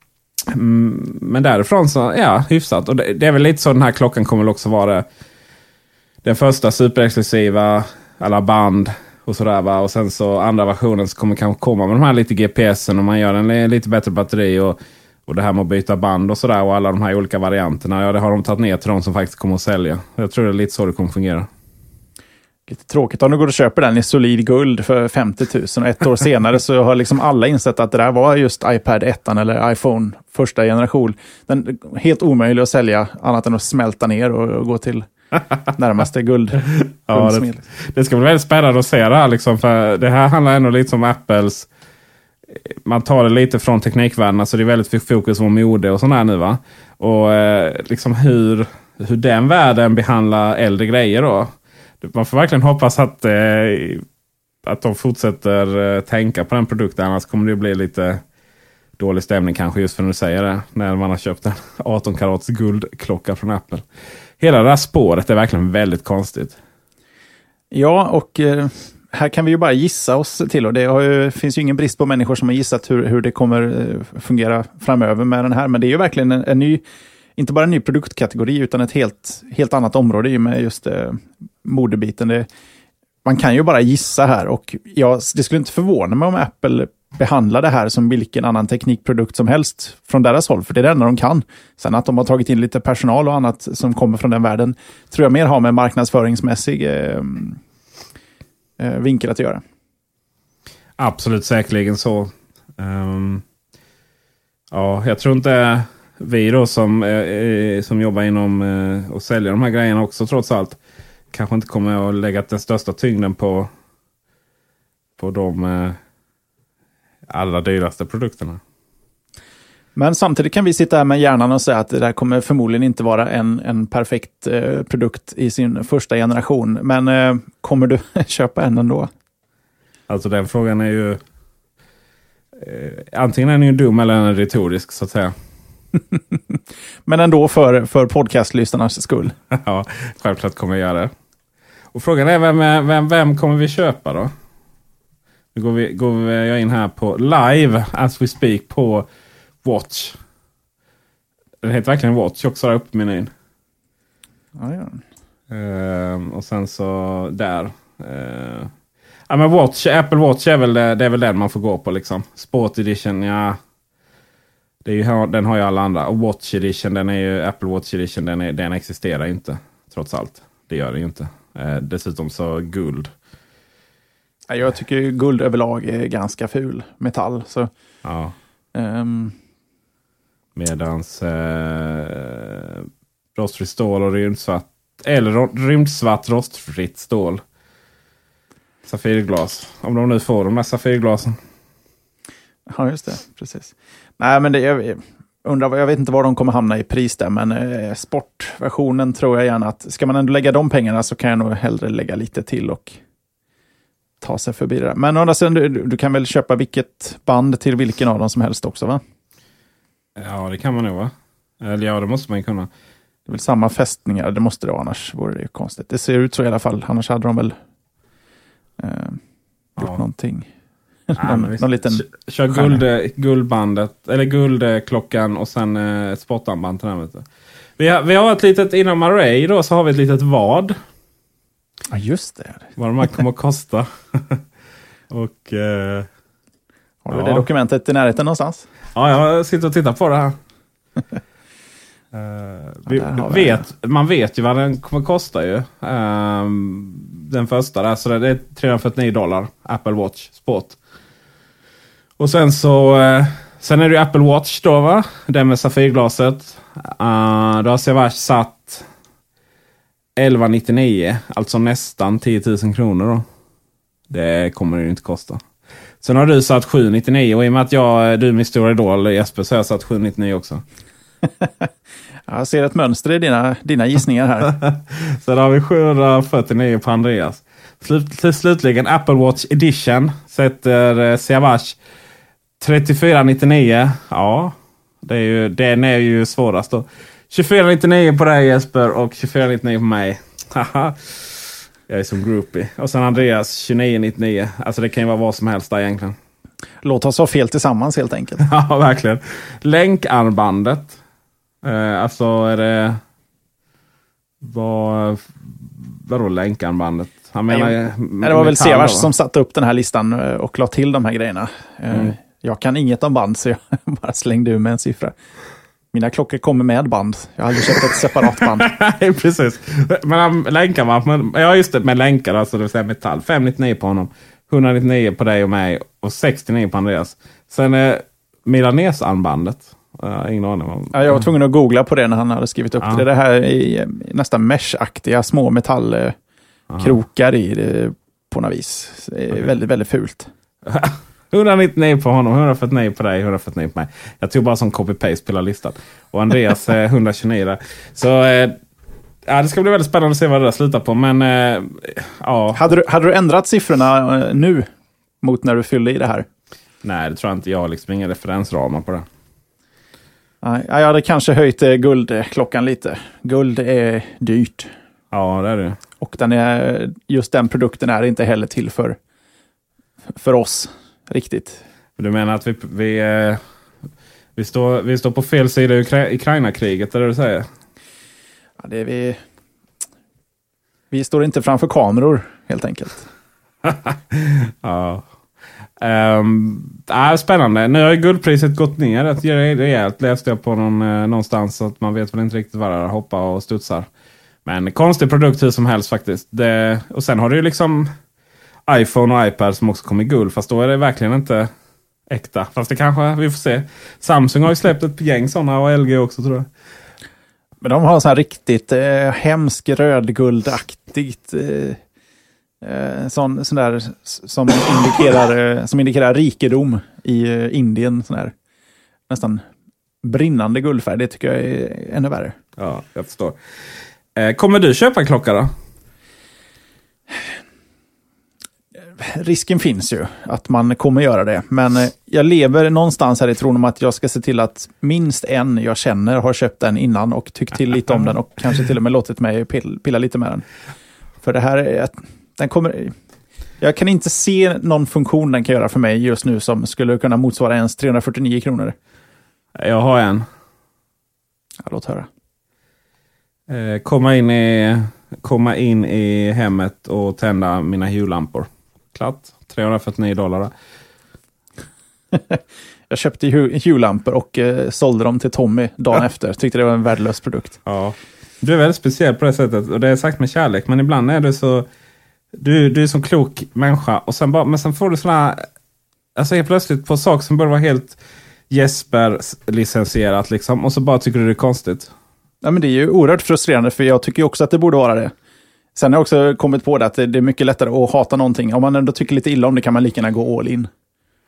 [SPEAKER 5] Mm, men därifrån så, ja, hyfsat. Och det, det är väl lite så den här klockan kommer också vara den första superexklusiva, alla band och sådär, va. Och sen så andra versionen så kommer kanske komma med de här lite G P S-en och man gör en lite bättre batteri och, och det här med att byta band och sådär och alla de här olika varianterna. Ja, det har de tagit ner till de som faktiskt kommer att sälja. Jag tror det är lite så det kommer fungera.
[SPEAKER 6] Lite tråkigt om du går och köper den i solid guld för femtio tusen och ett år senare så har liksom alla insett att det där var just iPad ett eller iPhone första generation. Den är helt omöjlig att sälja annat än att smälta ner och gå till närmaste guld.
[SPEAKER 5] Ja, det, det ska bli väldigt spännande att se det här liksom, för det här handlar ändå lite som Apples, man tar det lite från teknikvärlden, alltså det är väldigt fokus på mode och sånt här nu, va? Och eh, liksom hur, hur den världen behandlar äldre grejer då. Man får verkligen hoppas att, eh, att de fortsätter eh, tänka på den produkten, annars kommer det bli lite dålig stämning kanske just för när du säger det. När man har köpt en arton karats guldklocka från Apple. Hela det här spåret är verkligen väldigt konstigt.
[SPEAKER 6] Ja, och eh, här kan vi ju bara gissa oss till. Och det har ju, finns ju ingen brist på människor som har gissat hur, hur det kommer eh, fungera framöver med den här. Men det är ju verkligen en, en ny, inte bara en ny produktkategori utan ett helt, helt annat område i med just eh, modebiten. Det, man kan ju bara gissa här och ja, det skulle inte förvåna mig om Apple behandlar det här som vilken annan teknikprodukt som helst från deras håll, för det är det enda de kan. Sen att de har tagit in lite personal och annat som kommer från den världen tror jag mer har med marknadsföringsmässig eh, eh, vinkel att göra.
[SPEAKER 5] Absolut, säkerligen så. Um, ja, jag tror inte vi då som, eh, som jobbar inom eh, och säljer de här grejerna också trots allt kanske inte kommer att lägga den största tyngden på på de eh, allra dyraste produkterna.
[SPEAKER 6] Men samtidigt kan vi sitta här med hjärnan och säga att det där kommer förmodligen inte vara en, en perfekt eh, produkt i sin första generation. Men eh, kommer du köpa en ändå?
[SPEAKER 5] Alltså den frågan är ju eh, antingen är den ju dum eller den är retorisk så att säga.
[SPEAKER 6] Men ändå för, för podcastlyssnarnas skull.
[SPEAKER 5] Ja, självklart kommer jag göra det. Och frågan är vem, vem, vem kommer vi köpa då? Nu går, vi, går jag in här på live as we speak på Watch. Det heter verkligen Watch också där uppe på menyn.
[SPEAKER 6] Ja, ja.
[SPEAKER 5] Uh, och sen så där. Uh, ja men Watch, Apple Watch är väl, det är väl den man får gå på liksom. Sport Edition, ja. Det är ju, den har ju alla andra. Och Watch Edition, den är ju Apple Watch Edition, den, är, den existerar inte. Trots allt. Det gör det ju inte. Uh, dessutom så guld.
[SPEAKER 6] Jag tycker guld överlag är ganska ful metall. Så,
[SPEAKER 5] ja.
[SPEAKER 6] Um...
[SPEAKER 5] Medans eh, rostfritt stål och rymdsvart eller rymdsvart rostfritt stål. Safirglas. Om de nu får de här safirglasen.
[SPEAKER 6] Ja, just det. Precis. Nej, men det, jag undrar, jag vet inte var de kommer hamna i pris där, men eh, sportversionen tror jag gärna att ska man ändå lägga de pengarna så kan jag nog hellre lägga lite till och ta sig förbi det där. Men andra sidan, du, du kan väl köpa vilket band till vilken av dem som helst också, va?
[SPEAKER 5] Ja, det kan man nog, va? Eller ja, det måste man ju kunna.
[SPEAKER 6] Det är väl samma fästningar, det måste det vara, annars vore det ju konstigt. Det ser ut så i alla fall, annars hade de väl eh, gjort ja. någonting.
[SPEAKER 5] Nej,
[SPEAKER 6] någon, någon liten
[SPEAKER 5] kör guld, guldbandet, eller guldklockan och sen eh, ett sportarmband till den, vet du. Vi har, vi har ett litet, inom Array då, så har vi ett litet vad.
[SPEAKER 6] Ja, just det.
[SPEAKER 5] Vad de här kommer att kosta. och... Eh,
[SPEAKER 6] har du ja. det dokumentet i närheten någonstans?
[SPEAKER 5] Ja, jag sitter och tittar på det här. uh, vi,
[SPEAKER 6] ja,
[SPEAKER 5] vet, man vet ju vad den kommer att kosta ju. Uh, den första där, så det är trehundrafyrtionio dollar. Apple Watch Sport. Och sen så... Uh, sen är det ju Apple Watch då, va? Den med safirglaset. Uh, då har Savage satt elva nittionio. Alltså nästan tio tusen kronor då. Det kommer det ju inte kosta. Sen har du satt sju nittionio och i och med att jag, du är min stora idol Jesper, så har jag satt sju nittionio också.
[SPEAKER 6] Jag ser ett mönster i dina, dina gissningar här.
[SPEAKER 5] Så då har vi sjuhundrafyrtionio på Andreas. Slut, slutligen Apple Watch Edition sätter Savage trettiofyra nittionio. Ja, det är ju, den är ju svårast då. tjugofyra nittionio på dig Jesper och tjugofyra nittionio på mig. Jag är som groupie. Och sen Andreas tjugonio nittionio. Alltså det kan ju vara vad som helst där egentligen.
[SPEAKER 6] Låt oss ha fel tillsammans helt enkelt.
[SPEAKER 5] Ja, verkligen. Länkarmbandet. Eh, alltså är det... Vad... Vadå länkarmbandet? Han menar...
[SPEAKER 6] Nej, det var väl Sevars som satte upp den här listan och la till de här grejerna. Mm. Jag kan inget om band så jag bara slängde ur med en siffra. Mina klockor kommer med band. Jag har aldrig köpt ett separat band.
[SPEAKER 5] Nej, precis. Men länkar man, men, ja just det, med länkar, alltså det vill säga metall. fem nittionio på honom, etthundranittionio på dig och mig och sextionio på Andreas. Sen är eh, Milanesarmbandet. Uh, ingen aning om.
[SPEAKER 6] Ja, jag var tvungen att googla på det när han hade skrivit upp ja. det. Det här är nästan mesh-aktiga små metallkrokar uh, i det på något vis. Det är okay. väldigt, väldigt fult.
[SPEAKER 5] etthundranittionio på honom, etthundrafyrtionio på dig, etthundrafyrtionio på mig. Jag tog bara som copy-paste på hela listan. Och Andreas eh, etthundratjugonio där. Så eh, ja, det ska bli väldigt spännande att se vad det där slutar på. Men eh, ja.
[SPEAKER 6] Hade du, hade du ändrat siffrorna eh, nu mot när du fyllde i det här?
[SPEAKER 5] Nej, det tror jag inte. Jag har liksom inga referensramar på det.
[SPEAKER 6] Nej, jag hade kanske höjt guldklockan lite. Guld är dyrt.
[SPEAKER 5] Ja, det är det.
[SPEAKER 6] Och den är, just den produkten är inte heller till för, för oss riktigt.
[SPEAKER 5] Du menar att vi, vi, vi, står, vi står på fel sida i Ukra- Ukraina-kriget, är det du säger?
[SPEAKER 6] Ja, det är vi... Vi står inte framför kameror, helt enkelt.
[SPEAKER 5] Ja. Um, äh, spännande. Nu har ju guldpriset gått ner rätt rejält. Läste jag på någon, eh, någonstans att man vet väl inte riktigt vad det är, hoppar och studsar. Men konstig produkt hur som helst faktiskt. Det, och sen har du ju liksom iPhone och iPad som också kommer i guld. Fast då är det verkligen inte äkta. Fast det kanske, vi får se. Samsung har ju släppt ett gäng sådana och L G också tror jag.
[SPEAKER 6] Men de har så här riktigt eh, hemsk rödguldaktigt eh, eh, sån, sån där som indikerar, eh, som indikerar rikedom i eh, Indien. Sån där, nästan brinnande guldfärg. Det tycker jag är ännu värre.
[SPEAKER 5] Ja, jag förstår. Eh, kommer du köpa en klocka då?
[SPEAKER 6] Risken finns ju att man kommer göra det. Men jag lever någonstans här i tron om att jag ska se till att minst en jag känner har köpt den innan och tyckt till lite om den och kanske till och med låtit mig pilla, pilla lite med den. För det här är att den kommer... Jag kan inte se någon funktion den kan göra för mig just nu som skulle kunna motsvara ens trehundrafyrtionio kronor.
[SPEAKER 5] Jag har en.
[SPEAKER 6] Ja, låt höra.
[SPEAKER 5] Eh, komma in i komma in i hemmet och tända mina Hue-lampor. Klart. trehundrafyrtionio dollar.
[SPEAKER 6] Jag köpte Hue-lampor och eh, sålde dem till Tommy dagen ja. efter. Tyckte det var en värdelös produkt.
[SPEAKER 5] Ja. Du är väldigt speciell på det sättet. Och det är sagt med kärlek. Men ibland är du så... Du, du är som klok människa. Och sen bara, men sen får du såna... Alltså helt plötsligt på saker som bör vara helt Jesper-licensierat liksom. Och så bara tycker du det är konstigt.
[SPEAKER 6] Ja, men det är ju oerhört frustrerande för jag tycker också att det borde vara det. Sen har jag också kommit på det att det är mycket lättare att hata någonting. Om man ändå tycker lite illa om det kan man lika gärna gå all in.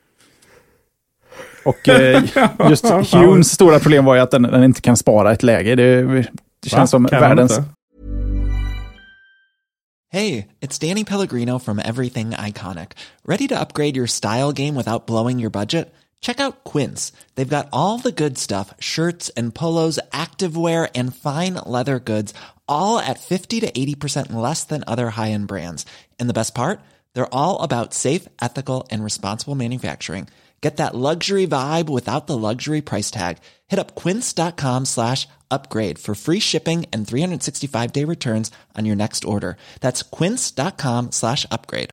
[SPEAKER 6] Och eh, just Hues stora problem var ju att den, den inte kan spara ett läge. Det, det känns Va? som kan världens...
[SPEAKER 7] Hey, it's Danny Pellegrino from Everything Iconic. Ready to upgrade your style game without blowing your budget? Check out Quince. They've got all the good stuff, shirts and polos, activewear, and fine leather goods, all at fifty to eighty percent less than other high-end brands. And the best part? They're all about safe, ethical, and responsible manufacturing. Get that luxury vibe without the luxury price tag. Hit up quince.com slash upgrade for free shipping and three sixty-five day returns on your next order. That's quince.com slash upgrade.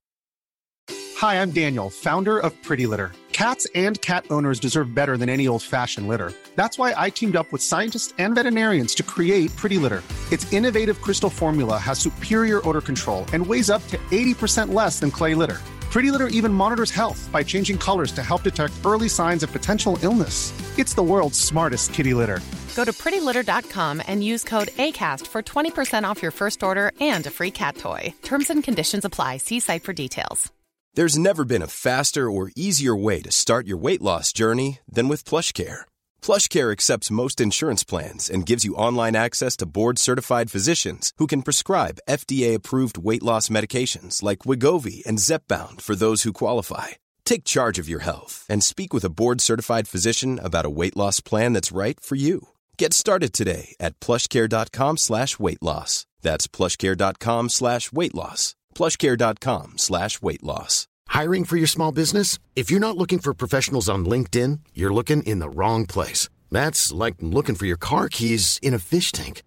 [SPEAKER 1] Hi, I'm Daniel, founder of Pretty Litter. Cats and cat owners deserve better than any old-fashioned litter. That's why I teamed up with scientists and veterinarians to create Pretty Litter. Its innovative crystal formula has superior odor control and weighs up to eighty percent less than clay litter. Pretty Litter even monitors health by changing colors to help detect early signs of potential illness. It's the world's smartest kitty litter.
[SPEAKER 2] Go to pretty litter dot com and use code ACAST for twenty percent off your first order and a free cat toy. Terms and conditions apply. See site for details.
[SPEAKER 8] There's never been a faster or easier way to start your weight loss journey than with PlushCare. PlushCare accepts most insurance plans and gives you online access to board-certified physicians who can prescribe F D A-approved weight loss medications like Wegovy and Zepbound for those who qualify. Take charge of your health and speak with a board-certified physician about a weight loss plan that's right for you. Get started today at plushcare.com slash weight loss. That's plushcare.com slash weight loss. plushcare.com slash weight loss.
[SPEAKER 4] Hiring for your small business? If you're not looking for professionals on LinkedIn, you're looking in the wrong place. That's like looking for your car keys in a fish tank.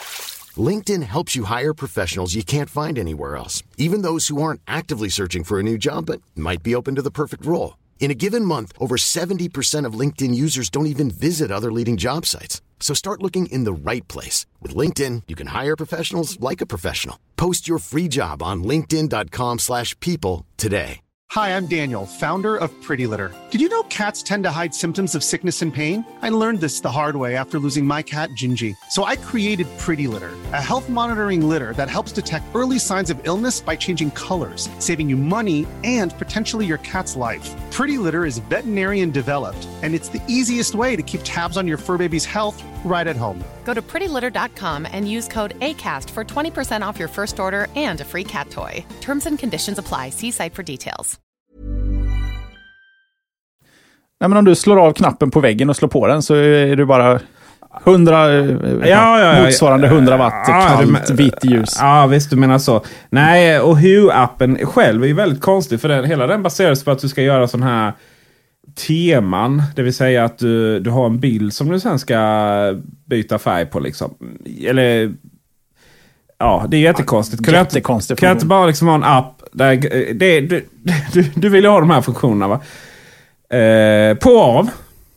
[SPEAKER 4] LinkedIn helps you hire professionals you can't find anywhere else, even those who aren't actively searching for a new job but might be open to the perfect role. In a given month, over seventy percent of LinkedIn users don't even visit other leading job sites. So start looking in the right place. With LinkedIn, you can hire professionals like a professional. Post your free job on linkedin.com slash people today.
[SPEAKER 1] Hi, I'm Daniel, founder of Pretty Litter. Did you know cats tend to hide symptoms of sickness and pain? I learned this the hard way after losing my cat, Gingy. So I created Pretty Litter, a health monitoring litter that helps detect early signs of illness by changing colors, saving you money and potentially your cat's life. Pretty Litter is veterinarian developed, and it's the easiest way to keep tabs on your fur baby's health right at home.
[SPEAKER 2] Go to pretty litter dot com and use code ACAST for twenty percent off your first order and a free cat toy. Terms and conditions apply. See site for details.
[SPEAKER 6] Nej, men om du slår av knappen på väggen och slår på den så är du bara hundra,
[SPEAKER 5] ja, ja, ja,
[SPEAKER 6] motsvarande hundra watt
[SPEAKER 5] ja,
[SPEAKER 6] kallt
[SPEAKER 5] du,
[SPEAKER 6] vitt ljus.
[SPEAKER 5] Ja, visst, du menar så. Nej, och Hue-appen själv är ju väldigt konstig, för den, hela den baseras på att du ska göra sån här teman, det vill säga att du, du har en bild som du sen ska byta färg på liksom. Eller ja, det är jättekonstigt. Kan
[SPEAKER 6] Jättekonstigt.
[SPEAKER 5] jag, kan jag inte bara liksom ha en app där det, du, du, du vill ju ha de här funktionerna, va? Eh, på av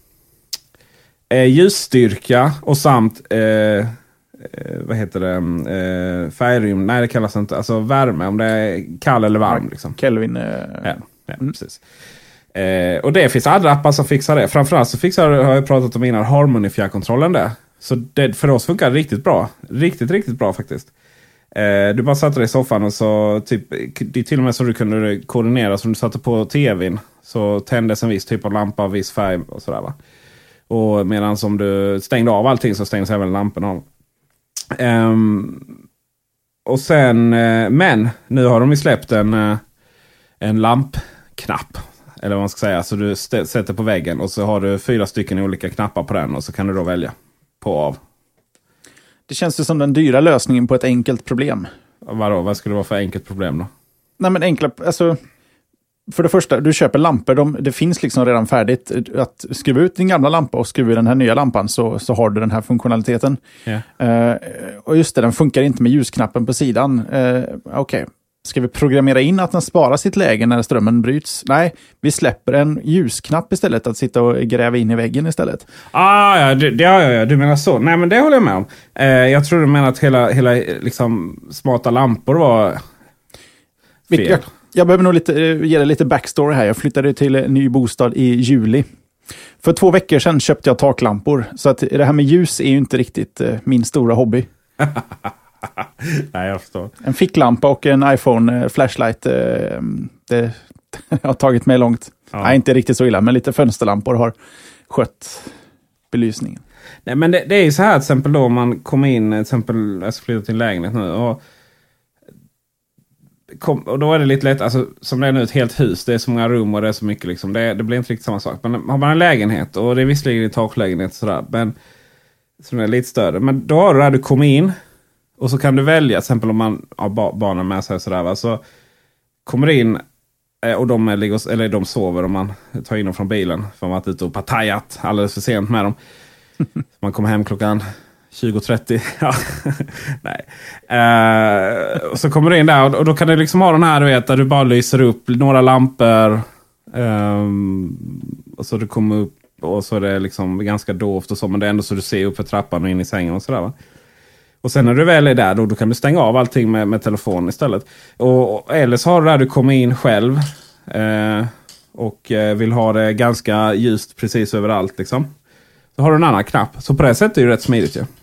[SPEAKER 5] eh, ljusstyrka och samt eh, eh, vad heter det eh, färgrymd, nej det kallas inte, alltså värme, om det är kall eller varm liksom.
[SPEAKER 6] Kelvin eh...
[SPEAKER 5] ja, ja, mm. precis. Eh, och det finns andra appar som fixar det. Framförallt så fixar, har jag pratat om innan, Harmony fjärrkontrollen där. Så det, för oss funkar det riktigt bra. Riktigt, riktigt bra faktiskt. Eh, du bara satte dig i soffan och så typ, det är till och med så du kunde koordinera, så du satte på tvn så tändes en viss typ av lampa av viss färg och sådär, va. Och medan som du stängde av allting så stängdes även lampen av. Eh, och sen, eh, men nu har de ju släppt en, eh, en lampknapp. Eller vad man ska säga. Så du st- sätter på väggen och så har du fyra stycken olika knappar på den och så kan du då välja på av.
[SPEAKER 6] Det känns ju som den dyra lösningen på ett enkelt problem.
[SPEAKER 5] Vadå? Vad skulle det vara för enkelt problem då?
[SPEAKER 6] Nej, men enkla, alltså för det första, du köper lampor, de, det finns liksom redan färdigt att skruva ut din gamla lampa och skruva den här nya lampan, så, så har du den här funktionaliteten. Yeah. Uh, och just det, den funkar inte med ljusknappen på sidan. Uh, Okej. Okay. Ska vi programmera in att den sparar sitt läge när strömmen bryts? Nej, vi släpper en ljusknapp istället, att sitta och gräva in i väggen istället.
[SPEAKER 5] Ah, ja, det, ja, ja, du menar så. Nej, men det håller jag med om. Eh, jag tror du menar att hela, hela liksom, smarta lampor var fel.
[SPEAKER 6] Jag, jag behöver nog lite, ge dig lite backstory här. Jag flyttade till en ny bostad i juli. För två veckor sedan köpte jag taklampor. Så att det här med ljus är ju inte riktigt eh, min stora hobby.
[SPEAKER 5] Nej, jag förstår.
[SPEAKER 6] En ficklampa och en iPhone flashlight, eh, det har tagit mig långt. Ja. Nej, inte riktigt så illa, men lite fönsterlampor har skött belysningen.
[SPEAKER 5] Nej, men det, det är ju så här, till exempel då, om man kommer in, till exempel, jag ska flytta till en lägenhet nu, och, kom, och då är det lite lätt, alltså som det är nu, ett helt hus, det är så många rum och det är så mycket liksom, det, det blir inte riktigt samma sak. Men har man en lägenhet, och det är visserligen en taklägenhet sådär, men som är lite större, men då har du där du kommer in. Och så kan du välja, till exempel om man har barnen med sig sådär, va? Så kommer in och de, ligger, eller de sover och man tar in dem från bilen. För man har varit ute och partajat alldeles för sent med dem. Man kommer hem klockan tjugo trettio. Ja. Nej. Uh, och så kommer du in där och då kan du liksom ha den här, du vet, där du bara lyser upp några lampor. Um, och så du kommer upp och så är det liksom ganska dovt och så, men det är ändå så du ser upp för trappan och in i sängen och sådär, va. Och sen när du väl är där, då, då kan du stänga av allting med, med telefonen istället. Och, eller så har du där du kommer in själv eh, och eh, vill ha det ganska ljust precis överallt liksom. Så har du en annan knapp. Så på det sättet är det rätt smidigt ju.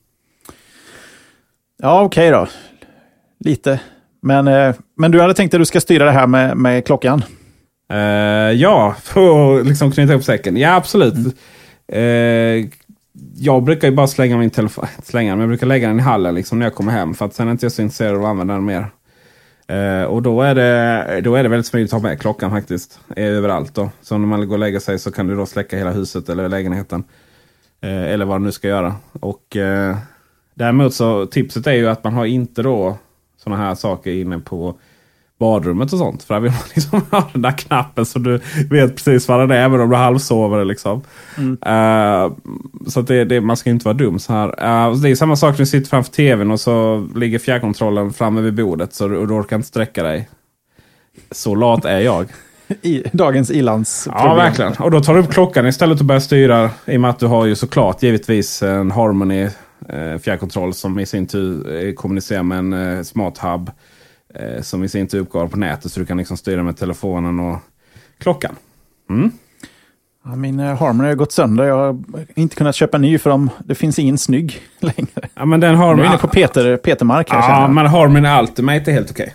[SPEAKER 6] Ja, okej okay då. Lite. Men, eh, men du hade tänkt att du ska styra det här med, med klockan?
[SPEAKER 5] Eh, ja, för att liksom knyta upp säcken. Ja, absolut. Mm. Eh, Jag brukar ju bara slänga min telefon, slänga men jag brukar lägga den i hallen liksom när jag kommer hem, för att sen är inte jag så intresserad av att använda den mer. Uh, och då är det då är det väldigt smidigt att ha med klockan faktiskt, är överallt då. Så när man går och lägger sig så kan du då släcka hela huset eller lägenheten. Uh, eller vad du nu ska göra. Och uh, däremot så tipset är ju att man har inte då såna här saker inne på badrummet och sånt. För där vill man liksom ha den där knappen så du vet precis vad det är, även om du halvsover liksom. Mm. Uh, så att det, det, man ska inte vara dum så här. Uh, det är samma sak när du sitter framför tvn och så ligger fjärrkontrollen framme vid bordet så du, du orkar inte sträcka dig. Så lat är jag.
[SPEAKER 6] I, dagens ilandsproblem.
[SPEAKER 5] Ja, verkligen. Och då tar du upp klockan istället och börjar styra, i och med att du har ju såklart givetvis en Harmony eh, fjärrkontroll som i sin tur eh, kommunicerar med en eh, smart hub. Som i sin tur uppgår på nätet, så du kan liksom styra med telefonen och klockan. Mm.
[SPEAKER 6] Ja, min Harmony har gått sönder. Jag har inte kunnat köpa ny för dem. Det finns ingen snygg längre.
[SPEAKER 5] Ja, men den har
[SPEAKER 6] nu är inne på Peter, Peter Mark här.
[SPEAKER 5] Ja, men Harmony Ultimate är helt okej.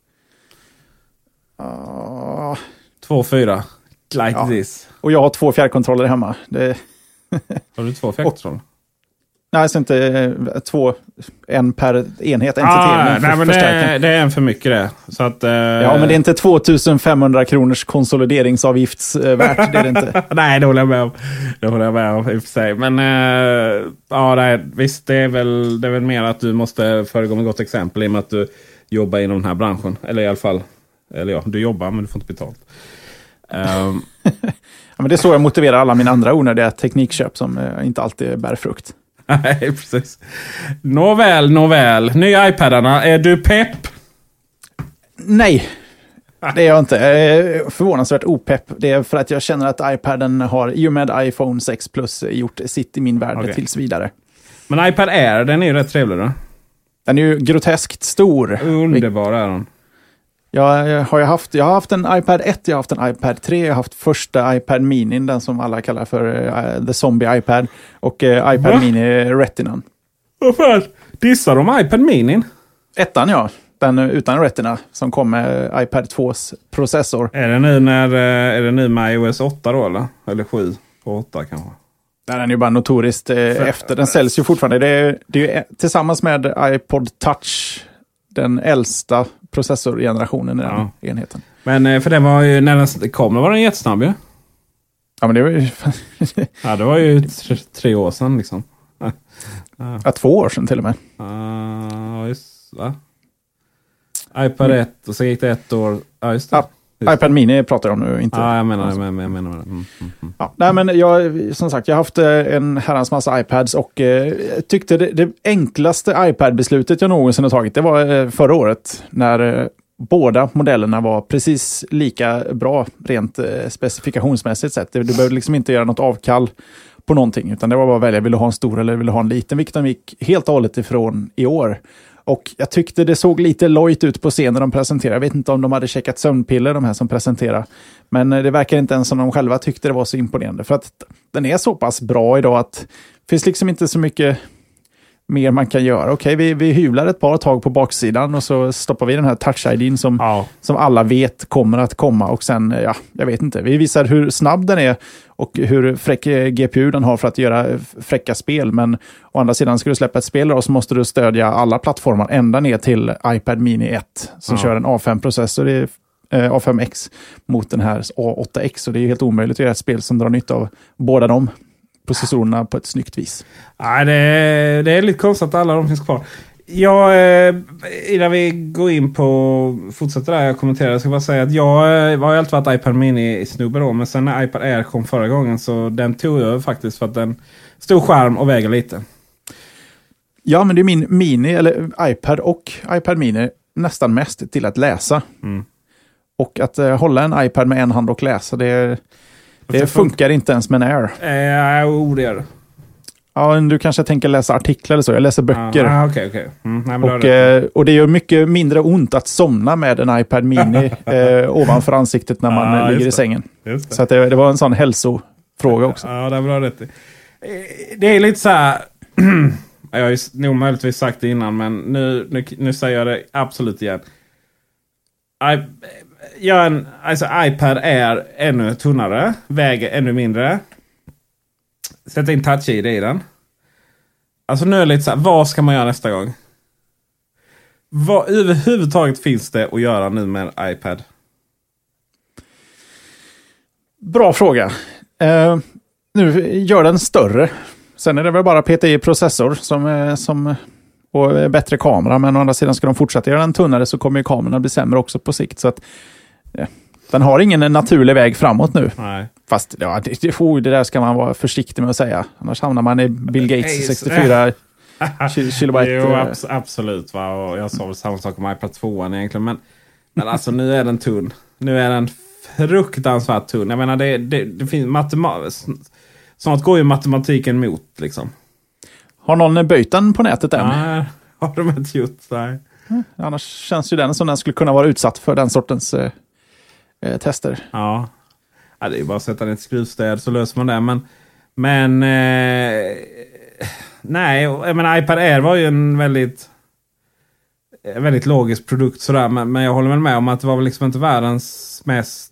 [SPEAKER 5] Okay.
[SPEAKER 6] Uh,
[SPEAKER 5] två fyra. Like ja. This.
[SPEAKER 6] Och jag har två fjärrkontroller hemma. Det...
[SPEAKER 5] Har du två fjärrkontroller?
[SPEAKER 6] Nej, alltså inte eh, två, en per enhet, en
[SPEAKER 5] ah,
[SPEAKER 6] till tre.
[SPEAKER 5] Nej, men det är, det är en för mycket det. Så att, eh,
[SPEAKER 6] ja, men det är inte tvåtusenfemhundra kronors konsolideringsavgiftsvärt, det är det inte.
[SPEAKER 5] Nej, det håller jag med om. Det håller jag med om i och för sig. Men eh, ja, nej, visst, det är, väl, det är väl mer att du måste föregå med gott exempel i och med att du jobbar inom den här branschen. Eller i alla fall, eller ja, du jobbar men du får inte betalt. Um,
[SPEAKER 6] ja, men det är så jag motiverar alla mina andra onödiga teknikköp som eh, inte alltid bär frukt.
[SPEAKER 5] Nej, precis. Nåväl, nåväl. Nya iPadarna, är du pepp?
[SPEAKER 6] Nej, det är jag inte. Jag är förvånansvärt opepp. Det är för att jag känner att iPaden har, i och med iPhone sex Plus, gjort sitt i min värld okay. tills vidare.
[SPEAKER 5] Men iPad Air, den är ju rätt trevlig då.
[SPEAKER 6] Den är ju groteskt stor.
[SPEAKER 5] Underbar är den.
[SPEAKER 6] Jag har, jag, haft, jag har haft en iPad ett, jag har haft en iPad tre, jag har haft första iPad Mini, den som alla kallar för uh, The Zombie iPad, och uh, iPad Va? Mini Retinan.
[SPEAKER 5] Vad fan? Dissar de iPad Mini?
[SPEAKER 6] Ettan, ja. Den utan Retina som kom med iPad tvås processor.
[SPEAKER 5] Är det nu när är det nu med iOS åtta då eller? Eller sju och åtta kanske?
[SPEAKER 6] Den är ju bara notoriskt eh, efter. Den säljs ju fortfarande. Det är, det är ju tillsammans med iPod Touch den äldsta processorgenerationen i den ja. enheten.
[SPEAKER 5] Men för den var ju, när den kom, var den jättesnabb ju.
[SPEAKER 6] Ja, men det var ju...
[SPEAKER 5] ja, det var ju tre, tre år sedan liksom.
[SPEAKER 6] Ja. ja, två år sedan till och med.
[SPEAKER 5] Ja, uh, just va? iPad mm. ett och så gick det ett år. Ja, just det.
[SPEAKER 6] Ja.
[SPEAKER 5] Just.
[SPEAKER 6] iPad Mini pratar jag om nu, inte.
[SPEAKER 5] Ja, jag menar det. Jag menar, jag menar det. Mm, mm, mm.
[SPEAKER 6] Ja, nej, men jag, som sagt, jag har haft en herrans massa iPads och eh, tyckte det, det enklaste iPad-beslutet jag någonsin har tagit, det var eh, förra året när eh, båda modellerna var precis lika bra rent eh, specifikationsmässigt sett. Du behövde liksom inte göra något avkall på någonting, utan det var bara att välja, vill du ha en stor eller vill du ha en liten, vilket de gick helt och hållet ifrån i år. Och jag tyckte det såg lite lojt ut på scenen när de presenterade. Jag vet inte om de hade checkat sömnpiller, de här som presenterar. Men det verkar inte ens som de själva tyckte det var så imponerande. För att den är så pass bra idag att det finns liksom inte så mycket mer man kan göra. Okej, vi, vi hyvlar ett par tag på baksidan och så stoppar vi den här Touch-I D:n som, ja. som alla vet kommer att komma. Och sen, ja, jag vet inte. Vi visar hur snabb den är och hur fräck G P U den har för att göra fräcka spel. Men å andra sidan, ska du släppa ett spel då, så måste du stödja alla plattformar ända ner till iPad Mini ett som ja. kör en A fem-processor i eh, A fem X mot den här A åtta X. Och det är helt omöjligt att göra ett spel som drar nytta av båda de processorerna på ett snyggt vis.
[SPEAKER 5] Nej, det är, det är lite konstigt att alla de finns kvar. Jag, eh, innan vi går in på fortsätter där jag kommenterar, jag ska bara säga att jag eh, har ju alltid varit iPad Mini snubbe då, men sen när iPad Air kom förra gången så den tog jag faktiskt för att den stor skärm och väger lite.
[SPEAKER 6] Ja, men det är min Mini, eller iPad och iPad Mini nästan mest till att läsa. Mm. Och att eh, hålla en iPad med en hand och läsa, det är Det funkar inte ens med en Air.
[SPEAKER 5] Ja, äh, oh, det gör det.
[SPEAKER 6] Ja, du kanske tänker läsa artiklar eller så. Jag läser böcker.
[SPEAKER 5] Ah, okay, okay. Mm, nej,
[SPEAKER 6] och, det. Eh, och det gör mycket mindre ont att somna med en iPad Mini eh, ovanför ansiktet när man ah, ligger i sängen. Det. Så att det, det var en sån hälsofråga också.
[SPEAKER 5] Ja, det var rätt. Det är lite så här... jag har ju nog möjligtvis sagt det innan, men nu, nu, nu säger jag det absolut igen. I, Ja, en, alltså iPad är ännu tunnare, väger ännu mindre. Sätta in Touch-I D i den. Alltså nu är det lite så här, vad ska man göra nästa gång? Vad överhuvudtaget finns det att göra nu med en iPad?
[SPEAKER 6] Bra fråga. Uh, nu gör den större. Sen är det väl bara P T I-processor som, som, och bättre kamera. Men å andra sidan ska de fortsätta göra den tunnare så kommer ju kameran bli sämre också på sikt. Så att ja, den har ingen naturlig väg framåt nu.
[SPEAKER 5] Nej.
[SPEAKER 6] Fast ja, det, det, oh, det där ska man vara försiktig med att säga. Annars hamnar man i Bill Gates sextiofyra kilobyte.
[SPEAKER 5] Jo, abs- absolut. Va? Och jag sa väl samma sak om iPad två egentligen. Men, men alltså nu är den tunn. Nu är den fruktansvärt tunn. Jag menar, det, det, det finns matematik. Snart går ju matematiken mot liksom.
[SPEAKER 6] Har någon böjt den på nätet än?
[SPEAKER 5] Nej, har de inte gjort. Nej.
[SPEAKER 6] Mm, annars känns ju den som den skulle kunna vara utsatt för den sortens eh, eh, tester.
[SPEAKER 5] Ja. Ja, det är bara att sätta den i ett skruvstäd så löser man det. Men, men eh, nej, jag menar, iPad Air var ju en väldigt en väldigt logisk produkt sådär. Men, men jag håller väl med om att det var väl liksom inte världens mest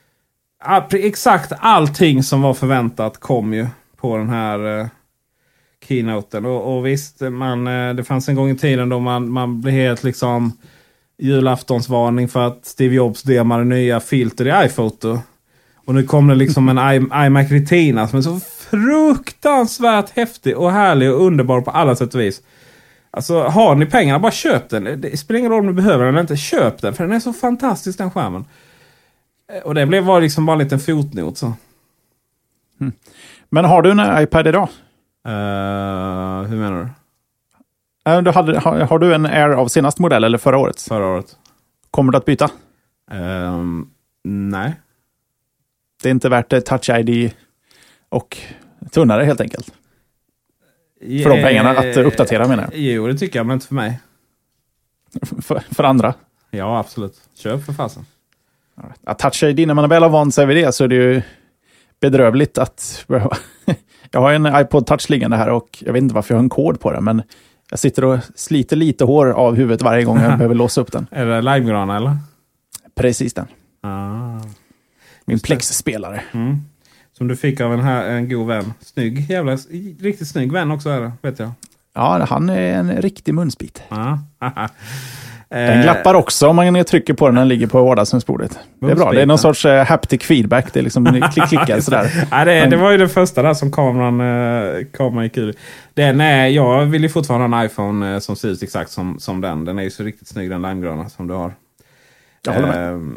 [SPEAKER 5] exakt allting som var förväntat kom ju på den här keynoten. Och, och visst, man, det fanns en gång i tiden då man, man blev helt liksom julaftonsvarning för att Steve Jobs demade nya filter i iPhoto. Och nu kom det liksom en iMac Retina som är så fruktansvärt häftig och härlig och underbar på alla sätt och vis. Alltså, har ni pengarna, bara köp den. Det spelar ingen roll om du behöver den eller inte. Köp den, för den är så fantastisk, den skärmen. Och det blev var liksom bara en liten fotnot så.
[SPEAKER 6] Mm. Men har du en iPad idag?
[SPEAKER 5] Uh, hur menar du?
[SPEAKER 6] Uh, du hade, har, har du en Air av senaste modell eller förra året?
[SPEAKER 5] Förra året.
[SPEAKER 6] Kommer du att byta?
[SPEAKER 5] Uh, nej.
[SPEAKER 6] Det är inte värt det, Touch I D och tunnare helt enkelt. För de pengarna att uppdatera, menar jag.
[SPEAKER 5] Jo, det tycker jag, men inte för mig.
[SPEAKER 6] för, för andra?
[SPEAKER 5] Ja, absolut. Köp för fasen.
[SPEAKER 6] Att Touch I D, när man väl har vant sig vid det så är det ju bedrövligt att jag har en iPod Touch liggande här och jag vet inte varför jag har en kod på den, men jag sitter och sliter lite hår av huvudet varje gång jag behöver låsa upp den.
[SPEAKER 5] Är det limegrana eller?
[SPEAKER 6] Precis den.
[SPEAKER 5] Ah.
[SPEAKER 6] Min Plex-spelare.
[SPEAKER 5] Mm. Som du fick av en, här, en god vän. Snygg, jävla, riktigt snygg vän också är det, vet jag.
[SPEAKER 6] Ja, han är en riktig munsbit.
[SPEAKER 5] Ah.
[SPEAKER 6] Den glappar också om man trycker på den när den ligger på vardagsrumsbordet. Det är bra, det är någon sorts uh, haptic feedback. Det är liksom klick, klicka sådär.
[SPEAKER 5] Ja, det, det var ju det första där som kameran, uh, kameran gick ur. Den är, jag vill ju fortfarande ha en iPhone uh, som ser ut exakt som, som den. Den är ju så riktigt snygg, den limegröna som du har.
[SPEAKER 6] Jag håller med.
[SPEAKER 5] Uh,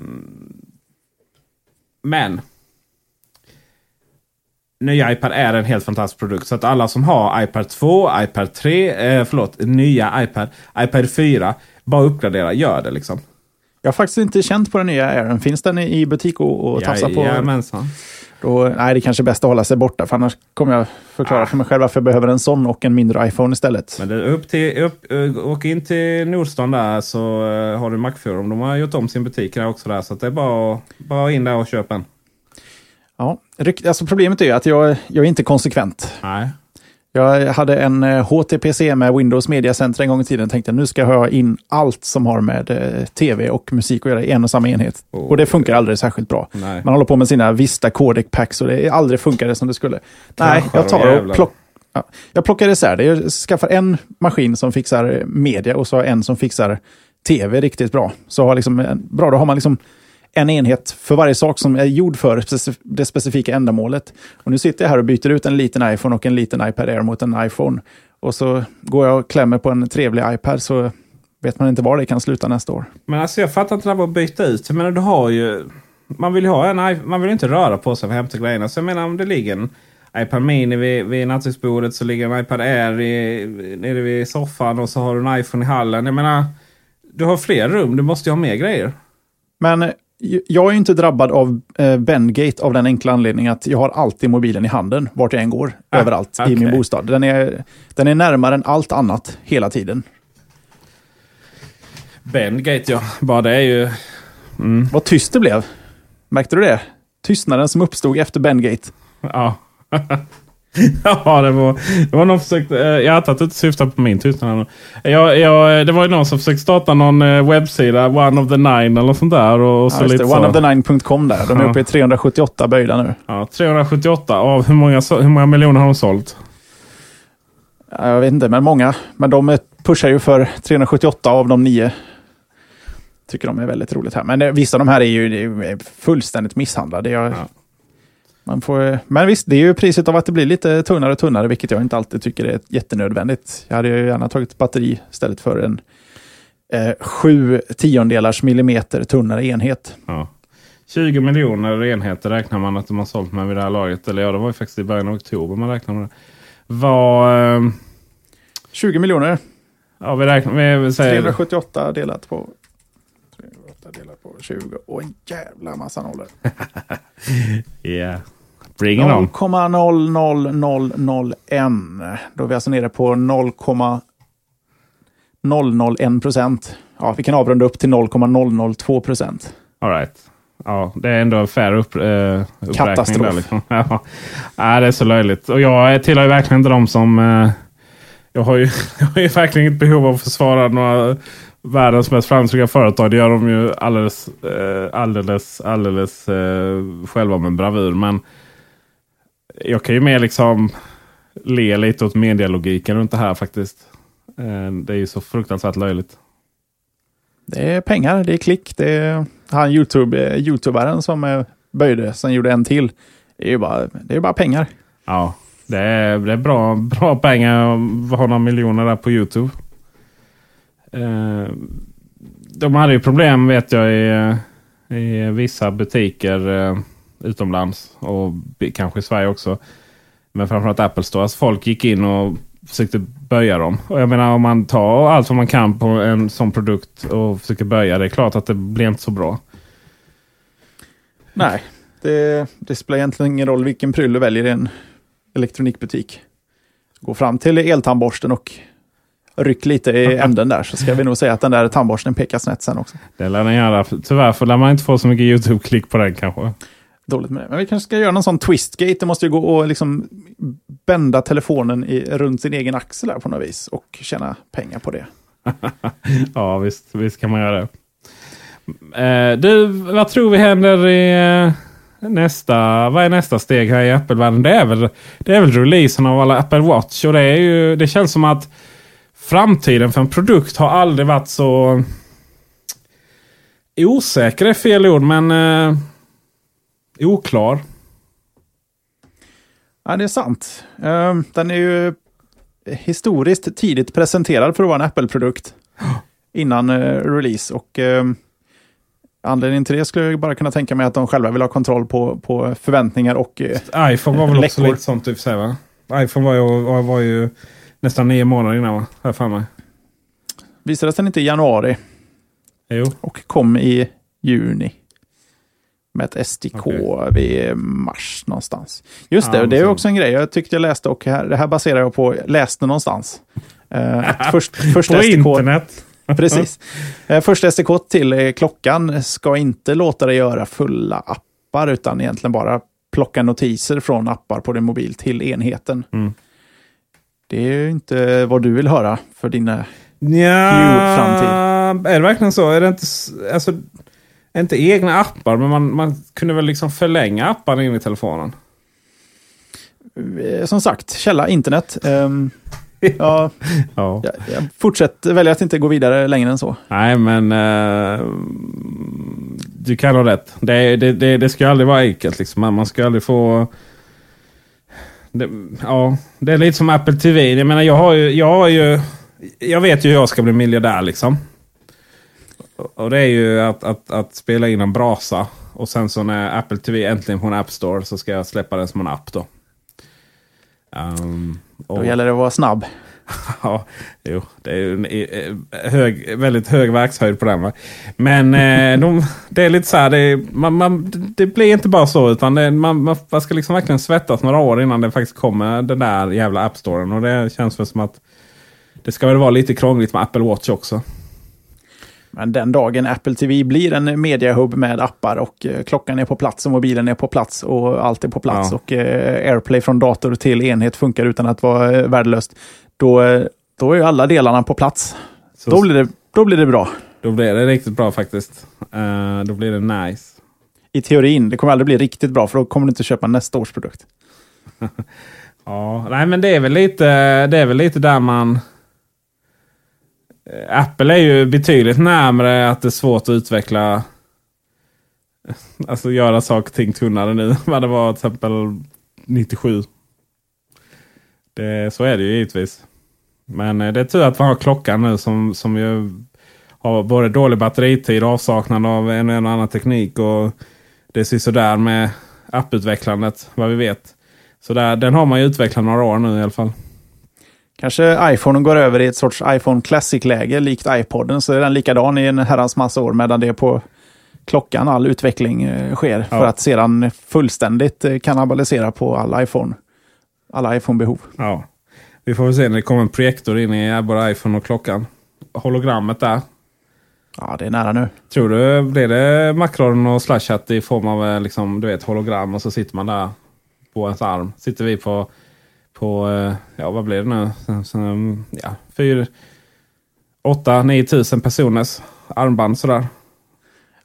[SPEAKER 5] men nya iPad är en helt fantastisk produkt. Så att alla som har iPad två, iPad tre, eh, förlåt, nya iPad, iPad fyra, bara uppgradera, gör det liksom.
[SPEAKER 6] Jag har faktiskt inte känt på den nya Airen. Finns den i butik och, och tafsa på?
[SPEAKER 5] Jajamensan.
[SPEAKER 6] Då, nej, det är kanske bäst att hålla sig borta, för annars kommer jag förklara ah. för mig själv varför jag behöver en sån och en mindre iPhone istället.
[SPEAKER 5] Men det, upp till, upp, åk in till Nordstan där så uh, har du Macforum. De har gjort om sin butik där också där, så att det är bara, bara in där och köpa en.
[SPEAKER 6] Ja, alltså problemet är ju att jag, jag är inte konsekvent.
[SPEAKER 5] Nej.
[SPEAKER 6] Jag hade en H T P C med Windows Media Center en gång i tiden och tänkte nu ska jag ha in allt som har med eh, tv och musik att göra i en och samma enhet. Oh. Och det funkar aldrig särskilt bra. Nej. Man håller på med sina Vista Codec Packs och det aldrig funkar det som det skulle. Nej, jag tar och plock, ja, jag plockar isär det. Jag skaffar en maskin som fixar media och så en som fixar tv riktigt bra. Så har liksom en, bra, då har man liksom en enhet för varje sak som är gjord för det specifika ändamålet. Och nu sitter jag här och byter ut en liten iPhone och en liten iPad Air mot en iPhone. Och så går jag och klämmer på en trevlig iPad, så vet man inte var det kan sluta nästa år. Men
[SPEAKER 5] alltså jag fattar inte det här att byta ut. Jag menar, du har ju... Man vill ha en man vill inte röra på sig för att hämta grejerna. Så jag menar, om det ligger en iPad Mini vid, vid nattduksbordet, så ligger en iPad Air i, nere vid soffan och så har du en iPhone i hallen. Jag menar, du har fler rum. Du måste ju ha mer grejer.
[SPEAKER 6] Men... Jag är inte drabbad av eh, Bendgate av den enkla anledningen att jag har alltid mobilen i handen vart jag än går, ah, överallt okay. i min bostad. Den är, den är närmare än allt annat hela tiden.
[SPEAKER 5] Bendgate, ja. Bara det är ju...
[SPEAKER 6] Mm. Vad tyst det blev. Märkte du det? Tystnaden som uppstod efter Bendgate.
[SPEAKER 5] Ja. Ja, det var, det var någon som försökte, jag har tagit ut syfta på min tystnad. Jag, jag, det var ju någon som försökte starta någon webbsida, One of the Nine eller sånt där. Och så
[SPEAKER 6] ja,
[SPEAKER 5] lite
[SPEAKER 6] det,
[SPEAKER 5] så.
[SPEAKER 6] one of the nine punkt com där. De är ja. uppe i trehundrasjuttioåtta böjda nu.
[SPEAKER 5] Ja, trehundrasjuttioåtta. Av hur många, hur många miljoner har de sålt?
[SPEAKER 6] Ja, jag vet inte, men många. Men de pushar ju för trehundrasjuttioåtta av de nio. Tycker de är väldigt roligt här. Men vissa av de här är ju är fullständigt misshandlade. Jag... Ja. Man får, men visst, det är ju priset av att det blir lite tunnare och tunnare, vilket jag inte alltid tycker är jättenödvändigt. Jag hade ju gärna tagit batteri istället för en eh, sju tiondelars millimeter tunnare enhet.
[SPEAKER 5] Ja. tjugo miljoner enheter räknar man att de har sålt med vid det här laget. Eller ja, det var ju faktiskt i början av oktober man räknar med det. Var, eh,
[SPEAKER 6] tjugo miljoner.
[SPEAKER 5] Ja, vi räknar vi säger
[SPEAKER 6] trehundrasjuttioåtta delat på trehundrasjuttioåtta delat på tjugo och en jävla massa nollor.
[SPEAKER 5] Ja. Yeah. Bring it on.
[SPEAKER 6] noll komma noll noll noll noll ett. Då är vi alltså nere på noll komma noll noll ett procent. Ja, vi kan avrunda upp till noll komma noll noll två procent.
[SPEAKER 5] All right. Ja, det är ändå en fair upp, uh, uppräkning.
[SPEAKER 6] Katastrof.
[SPEAKER 5] Där, liksom. Ja. Ja, det är så löjligt. Och jag tillhör ju verkligen inte de som... Uh, jag, har ju, jag har ju verkligen inget behov av att försvara några världens mest framgångsrika företag. Det gör de ju alldeles, uh, alldeles, alldeles uh, själva med bravur. Men jag kan ju mer liksom... le lite åt medialogiken runt det här faktiskt. Det är ju så fruktansvärt löjligt.
[SPEAKER 6] Det är pengar, det är klick. Det är han YouTube, YouTuberen som böjde, sen gjorde en till. Det är ju bara, det är bara pengar.
[SPEAKER 5] Ja, det är, det är bra, bra pengar att ha några miljoner där på YouTube. De hade ju problem, vet jag, i, i vissa butiker utomlands och kanske i Sverige också. Men framförallt Apple Store. Alltså folk gick in och försökte böja dem. Och jag menar, om man tar allt vad man kan på en sån produkt och försöker böja, det är klart att det blir inte så bra.
[SPEAKER 6] Nej, det, det spelar egentligen ingen roll vilken pryl du väljer i en elektronikbutik. Gå fram till eltandborsten och ryck lite i änden där, så ska vi nog säga att den där tandborsten pekar snett sen också.
[SPEAKER 5] Det lär den göra. Tyvärr får man inte få så mycket YouTube-klick på den kanske.
[SPEAKER 6] Dåligt med det. Men vi kanske ska göra någon sån twistgate. Det måste ju gå och liksom bända telefonen i, runt sin egen axel där på något vis och tjäna pengar på det.
[SPEAKER 5] Ja, visst, visst kan man göra det. Eh, du, vad tror vi händer i eh, nästa, vad är nästa steg här i Apple-världen? Det är väl, det är väl releasen av alla Apple Watch, och det är ju, det känns som att framtiden för en produkt har aldrig varit så osäker, är fel ord, men eh, oklar.
[SPEAKER 6] Ja, det är sant. Um, den är ju historiskt tidigt presenterad för att vara en Apple-produkt innan uh, release, och um, anledningen till det skulle jag bara kunna tänka mig att de själva vill ha kontroll på, på förväntningar och uh,
[SPEAKER 5] iPhone var väl
[SPEAKER 6] läckor.
[SPEAKER 5] Också lite sånt, typ, så här, va? iPhone var ju, var, var ju nästan nio månader innan, va? Här för mig.
[SPEAKER 6] Visades den inte i januari?
[SPEAKER 5] Jo.
[SPEAKER 6] Och kom i juni. Med ett S D K okay. vid mars någonstans. Just det, ja, det är också en grej. Jag tyckte jag läste, och här, det här baserar jag på, läste någonstans. Uh, att först, första
[SPEAKER 5] på
[SPEAKER 6] S D K,
[SPEAKER 5] internet.
[SPEAKER 6] Precis. Uh, första S D K till uh, klockan ska inte låta dig göra fulla appar, utan egentligen bara plocka notiser från appar på din mobil till enheten. Mm. Det är ju inte vad du vill höra för dina
[SPEAKER 5] ja,
[SPEAKER 6] framtid.
[SPEAKER 5] Är det verkligen så? Är det inte, alltså, inte egna appar, men man, man kunde väl liksom förlänga appar in i telefonen?
[SPEAKER 6] Som sagt, källa internet. Um, ja, ja. Jag, jag fortsätter välja att inte gå vidare längre än så.
[SPEAKER 5] Nej, men uh, du kan ha rätt. Det, det, det, det ska aldrig vara enkelt. Liksom. Man ska aldrig få... Det, ja, det är lite som Apple T V. Jag menar, jag har ju... Jag, har ju, jag vet ju hur jag ska bli miljardär, liksom. Och det är ju att, att, att spela in en brasa. Och sen så när Apple T V äntligen på en App Store, så ska jag släppa den som en app då. Um, och...
[SPEAKER 6] Då gäller det att vara snabb.
[SPEAKER 5] Ja, jo, det är ju en hög, väldigt hög verkshöjd på den, va? Men eh, de, det är lite så här, det, är, man, man, det blir inte bara så, utan det, man, man ska liksom verkligen svettas några år innan det faktiskt kommer den där jävla App Storen. Och det känns väl som att det ska väl vara lite krångligt med Apple Watch också.
[SPEAKER 6] Men den dagen Apple T V blir en mediahub med appar och eh, klockan är på plats och mobilen är på plats och allt är på plats, ja. och eh, AirPlay från dator till enhet funkar utan att vara eh, värdelöst, då, eh, då är ju alla delarna på plats. Så, då, blir det, då blir det bra.
[SPEAKER 5] Då blir det riktigt bra faktiskt. Uh, då blir det nice.
[SPEAKER 6] I teorin, det kommer aldrig bli riktigt bra, för då kommer du inte köpa nästa års produkt.
[SPEAKER 5] Ja, nej, men det är väl lite, det är väl lite där man... Apple är ju betydligt närmare att det är svårt att utveckla, alltså göra saker och ting tunnare nu vad det var till exempel nittiosju. Det, så är det ju givetvis. Men det är tur att man har klockan nu som, som ju har både dålig batteritid och avsaknad av en och en annan teknik, och det ser så där med apputvecklandet, vad vi vet. Så där, den har man ju utvecklat några år nu i alla fall.
[SPEAKER 6] Kanske iPhone går över i ett sorts iPhone Classic-läge likt iPoden, så är den likadan i en herrans massa år, medan det är på klockan all utveckling eh, sker, ja. För att sedan fullständigt eh, kannibalisera på alla iPhone, alla iPhone-behov.
[SPEAKER 5] Ja, vi får väl se när det kommer en projektor in i både iPhone och klockan. Hologrammet där.
[SPEAKER 6] Ja, det är nära nu.
[SPEAKER 5] Tror du, blir det makron och slashat i form av liksom, du vet, hologram, och så sitter man där på ens arm. Sitter vi på på, ja, vad blir det nu? Ja, fyra, åtta, nio tusen personers armband sådär.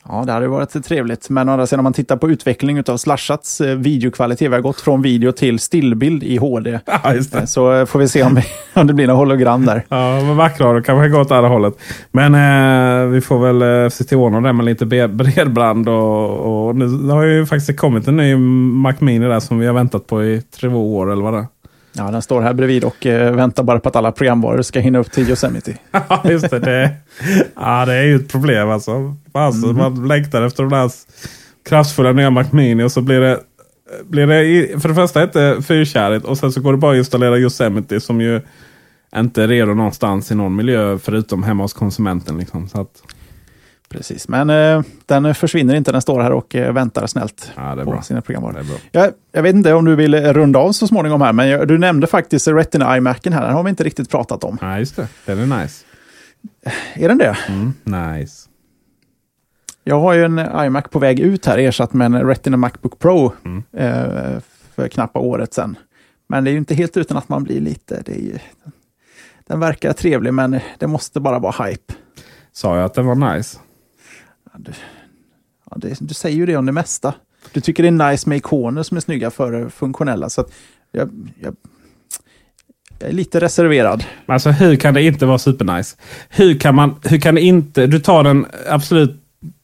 [SPEAKER 6] Ja, det hade varit trevligt. Men å andra sidan, om man tittar på utveckling av Slashats videokvalitet, vi har gått från video till stillbild i H D.
[SPEAKER 5] Ja, just det.
[SPEAKER 6] Så får vi se om, vi, om det blir några hologram där.
[SPEAKER 5] Ja, men vackra, då kanske gå åt andra hållet. Men eh, vi får väl eh, se till ordning där med lite bredband. Och, och nu har ju faktiskt kommit en ny Mac Mini där som vi har väntat på i två år eller vad det är.
[SPEAKER 6] Ja, den står här bredvid och eh, väntar bara på att alla programvaror ska hinna upp till Yosemite.
[SPEAKER 5] Ja, just det. det. Ja, det är ju ett problem alltså. Alltså mm. Man längtar efter de där kraftfulla nya Mac Mini och så blir det, blir det för det första inte fyrkärligt och sen så går det bara att installera Yosemite som ju inte är redo någonstans i någon miljö förutom hemma hos konsumenten. Liksom. Så att...
[SPEAKER 6] Precis, men eh, den försvinner inte, den står här och eh, väntar snällt
[SPEAKER 5] ja, det är
[SPEAKER 6] på
[SPEAKER 5] bra.
[SPEAKER 6] sina programvaror.
[SPEAKER 5] Det är bra.
[SPEAKER 6] Jag, jag vet inte om du vill runda av så småningom här, men jag, du nämnde faktiskt Retina iMacen här, den har vi inte riktigt pratat om.
[SPEAKER 5] Ja, just det. Den är nice.
[SPEAKER 6] Är den det?
[SPEAKER 5] Mm, nice.
[SPEAKER 6] Jag har ju en iMac på väg ut här, ersatt med en Retina MacBook Pro
[SPEAKER 5] mm.
[SPEAKER 6] eh, för knappt året sedan. Men det är ju inte helt utan att man blir lite... Det är ju, den verkar trevlig, men det måste bara vara hype.
[SPEAKER 5] Sa jag att den var nice?
[SPEAKER 6] Ja, du, ja, det, du säger ju det om det mesta. Du tycker det är nice med ikoner som är snygga för funktionella. Så att jag, jag, jag är lite reserverad.
[SPEAKER 5] Alltså hur kan det inte vara supernice? Hur kan man, hur kan det inte... Du tar den absolut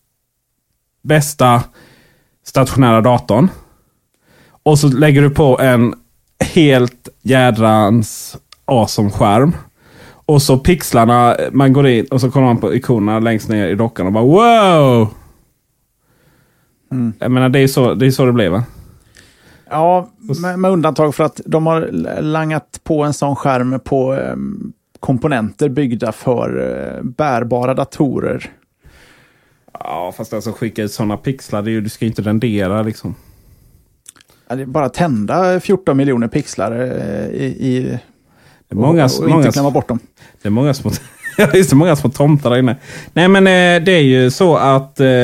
[SPEAKER 5] bästa stationära datorn och så lägger du på en helt jädrans awesome skärm och så pixlarna, man går in och så kollar man på ikonerna längst ner i dockan och bara wow! Mm. Jag menar det är så det, är så det blev, va?
[SPEAKER 6] Ja, med, med undantag för att de har langat på en sån skärm på um, komponenter byggda för uh, bärbara datorer.
[SPEAKER 5] Ja, fast alltså skicka ut sådana pixlar, det är ju, du ska ju inte rendera liksom. Ja,
[SPEAKER 6] det är bara tända fjorton miljoner pixlar uh, i, i
[SPEAKER 5] det är många,
[SPEAKER 6] och, och
[SPEAKER 5] många,
[SPEAKER 6] inte klämma bort dem.
[SPEAKER 5] Det är många små, just det, många små tomtar där inne. Nej, men eh, det är ju så att eh,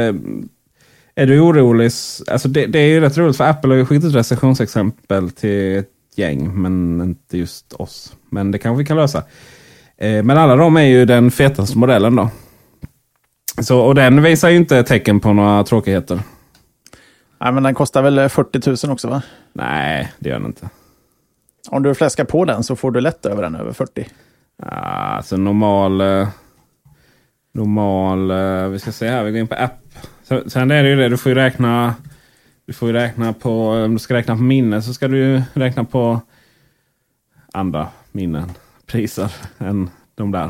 [SPEAKER 5] är du orolig, alltså det, det är ju rätt roligt för Apple har ju skickat ut recensionsexempel till ett gäng, men inte just oss. Men det kanske vi kan lösa. Eh, men alla de är ju den fetaste modellen då. Så, och den visar ju inte tecken på några tråkigheter.
[SPEAKER 6] Nej, men den kostar väl fyrtio tusen också, va?
[SPEAKER 5] Nej, det gör den inte.
[SPEAKER 6] Om du fläskar på den så får du lätt över den över fyrtio.
[SPEAKER 5] Ja, alltså normal... Eh, normal... Eh, vi ska se här, vi går in på app. Så, sen är det ju det, du får ju räkna... Du får ju räkna på... Om du ska räkna på minne så ska du ju räkna på andra minnen. Priser än de där.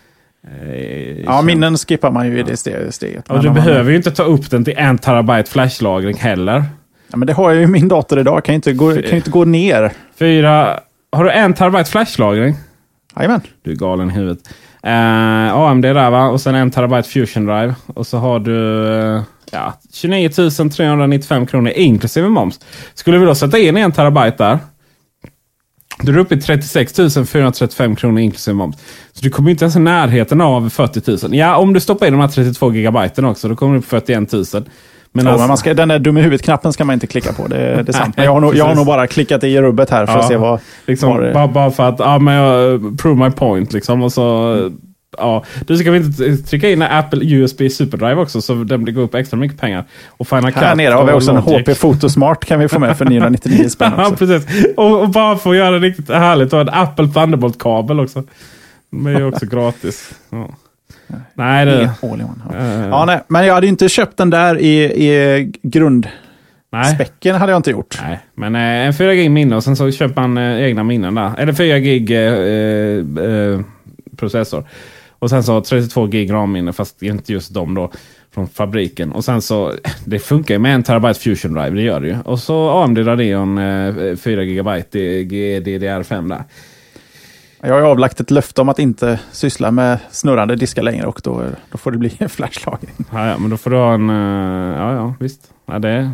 [SPEAKER 5] Eh,
[SPEAKER 6] ja, minnen skippar man ju i det steget.
[SPEAKER 5] Och du behöver ju inte ta upp den till en terabyte flashlagring heller.
[SPEAKER 6] Ja, men det har jag ju i min dator idag. Kan ju inte gå, kan ju inte gå ner.
[SPEAKER 5] Fyra... Har du en terabyte flashlagring?
[SPEAKER 6] Jajamän.
[SPEAKER 5] Du är galen i huvudet. Uh, A M D där, va? Och sen en terabyte Fusion Drive. Och så har du uh, ja, tjugonio tusen trehundranittiofem kronor inklusive moms. Skulle vi då sätta in en terabyte där, då är du uppe i trettiosex tusen fyrahundratrettiofem kronor inklusive moms. Så du kommer inte ens i närheten av fyrtio tusen. Ja, om du stoppar in de här trettiotvå gigabyten också, då kommer du upp fyrtioen tusen. Men,
[SPEAKER 6] ja,
[SPEAKER 5] alltså,
[SPEAKER 6] men man ska, den där dum i huvudet-knappen ska man inte klicka på, det, det är sant. Men jag har, nog, jag har nog bara klickat i rubbet här för ja, att se vad...
[SPEAKER 5] Liksom,
[SPEAKER 6] vad
[SPEAKER 5] bara, bara för att, ja men jag prove my point liksom, och så... Mm. Ja, du ska vi inte trycka in en Apple U S B Superdrive också så den blir gå upp extra mycket pengar. Och Final Cut.
[SPEAKER 6] Här nere har vi också en H P Photosmart kan vi få med för niohundranittionio spänn också.
[SPEAKER 5] Ja, precis. Och, och bara för att göra det riktigt härligt och en Apple Thunderbolt-kabel också. De är ju också gratis. Ja. Nej, det...
[SPEAKER 6] Ja. Uh, ja, nej, men jag hade ju inte köpt den där i, i grundspecken hade jag inte gjort.
[SPEAKER 5] Nej, men eh, en fyra gig minne och sen så köper man eh, egna minnen där. Eller fyra gig eh, eh, processor. Och sen så trettiotvå gig RAM-minne, fast inte just de då från fabriken. Och sen så, det funkar ju med en terabyte Fusion Drive, det gör det ju. Och så A M D Radeon eh, fyra gigabyte G D D R fem där.
[SPEAKER 6] Jag har ju avlagt ett löfte om att inte syssla med snurrande diskar längre och då, då får det bli en flashlagring.
[SPEAKER 5] Ja, ja, men då får du ha en... Ja, ja, visst. Ja, det...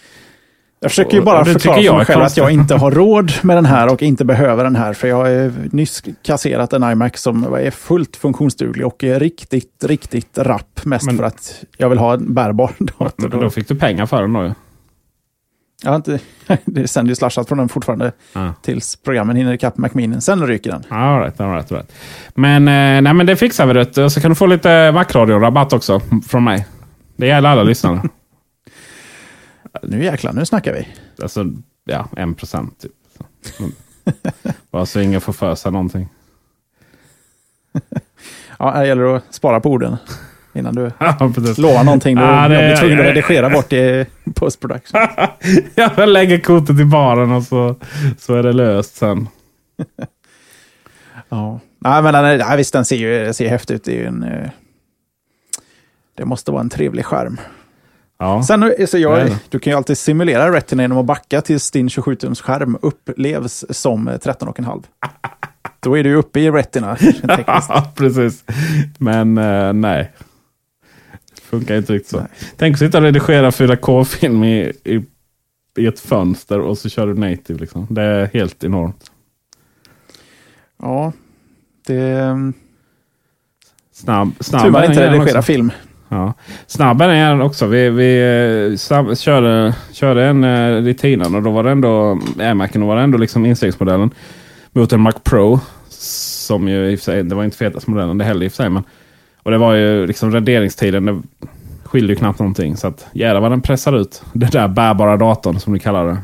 [SPEAKER 6] Jag försöker ju bara förklara för mig själv att jag inte har råd med den här och inte behöver den här. För jag har nyss kasserat en iMac som är fullt funktionsduglig och är riktigt, riktigt rapp. Mest men, för att jag vill ha en bärbar dator.
[SPEAKER 5] Men då fick du pengar för den då ju.
[SPEAKER 6] Jag har inte, det är sen det är slashat från den fortfarande ah. tills programmen hinner ikapp Mac Mini. Sen ryker den.
[SPEAKER 5] All right, all right, all right. Men, eh, nej, men det fixar vi det. Och så kan du få lite Mac-radio-rabatt också från mig. Det gäller alla lyssnare.
[SPEAKER 6] Nu jäklar, nu snackar vi.
[SPEAKER 5] Alltså, ja, en procent typ. Men, bara så ingen får för sig någonting.
[SPEAKER 6] Ja, det gäller att spara på orden innan du
[SPEAKER 5] ja,
[SPEAKER 6] lovar någonting. Du
[SPEAKER 5] ah,
[SPEAKER 6] blir tvungen att redigera bort i postproduktion.
[SPEAKER 5] Jag lägger kortet i baren och så, så är det löst sen.
[SPEAKER 6] Ja, nej, men nej, visst, den ser ju ser häftigt ut. Det är ju en... Det måste vara en trevlig skärm.
[SPEAKER 5] Ja.
[SPEAKER 6] Sen, så jag, du kan ju alltid simulera Retina genom att backa tills din tjugosju tums skärm upplevs som tretton komma fem. Då är du uppe i Retina.
[SPEAKER 5] Ja, precis. Men uh, nej. Det funkar inte riktigt så. Nej. Tänk att sitta och redigera fyra K-film i, i, i ett fönster och så kör du native. Liksom. Det är helt enormt.
[SPEAKER 6] Ja, det...
[SPEAKER 5] Snabb, snabb
[SPEAKER 6] tur man inte redigera film.
[SPEAKER 5] Ja. Snabbare är den också. Vi, vi snabb, körde, körde en uh, i tiden och då var det ändå iMacen och var det ändå liksom instegsmodellen mot en Mac Pro som ju i och för sig, det var inte fetaste modellen det heller i och för sig, men och det var ju liksom renderingstiden, det skilde ju knappt någonting, så att jävlar vad den pressar ut det där bärbara datorn som du kallar det.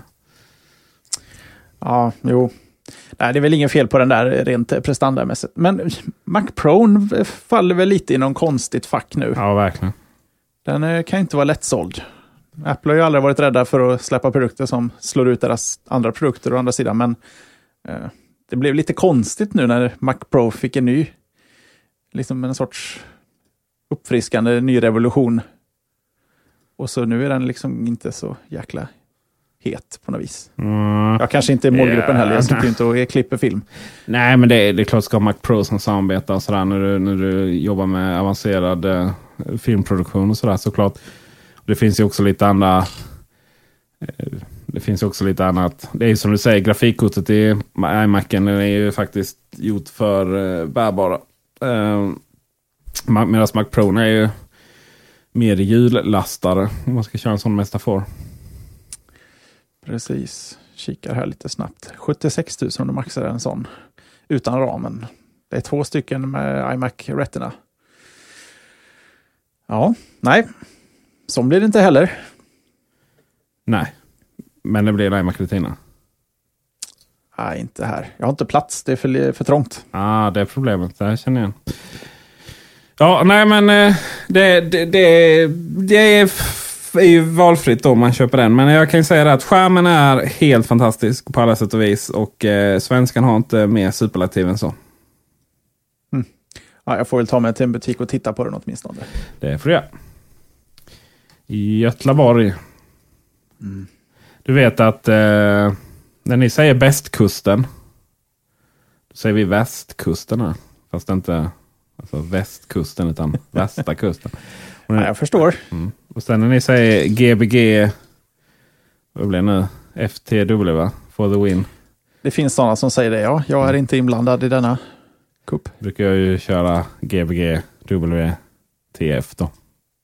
[SPEAKER 6] Ja, jo. Nej, det är väl ingen fel på den där rent prestandamässigt. Men Mac Pro faller väl lite i någon konstigt fack nu.
[SPEAKER 5] Ja, verkligen.
[SPEAKER 6] Den kan inte vara lättsåld. Apple har ju aldrig varit rädda för att släppa produkter som slår ut deras andra produkter å andra sidan, men eh, det blev lite konstigt nu när Mac Pro fick en ny, liksom en sorts uppfriskande ny revolution. Och så nu är den liksom inte så jäkla het på något vis. Mm. Jag kanske inte är målgruppen heller, jag sitter inte och klipper film.
[SPEAKER 5] Nej, men det är, det är klart ska Mac Pro som samarbetar och sådär när du, när du jobbar med avancerad eh, filmproduktion och sådär, såklart. Det finns ju också lite andra eh, det finns ju också lite annat. Det är ju som du säger, grafikkortet i iMacen är ju faktiskt gjort för eh, bärbara. Eh, medan Mac Pro är ju mer hjullastare om man ska köra en sån metafor.
[SPEAKER 6] Precis. Kikar här lite snabbt. sjuttiosex tusen om du maxar en sån utan ramen. Det är två stycken med iMac Retina. Ja, nej. Så blir det inte heller.
[SPEAKER 5] Nej. Men det blir en iMac Retina.
[SPEAKER 6] Nej, inte här. Jag har inte plats. Det är för, för trångt.
[SPEAKER 5] Ja, ah, det är problemet. Det här känner jag igen. Ja, nej men det, det, det, det är... är ju valfritt då om man köper den. Men jag kan ju säga att skärmen är helt fantastisk på alla sätt och vis. Och eh, svenskan har inte mer superlativ än så.
[SPEAKER 6] Mm. Ja, jag får väl ta mig till en butik och titta på den åtminstone.
[SPEAKER 5] Det får jag. I Götlaborg. Mm. Du vet att eh, när ni säger bästkusten, då säger vi västkusten här. Fast inte alltså västkusten utan västra kusten.
[SPEAKER 6] Ja, jag förstår.
[SPEAKER 5] Mm. Och sen när ni säger G B G, vad blir det nu? F T W for the win.
[SPEAKER 6] Det finns sådana som säger det, ja. Jag är inte inblandad i denna kupp.
[SPEAKER 5] Brukar jag ju köra G B G W T F då.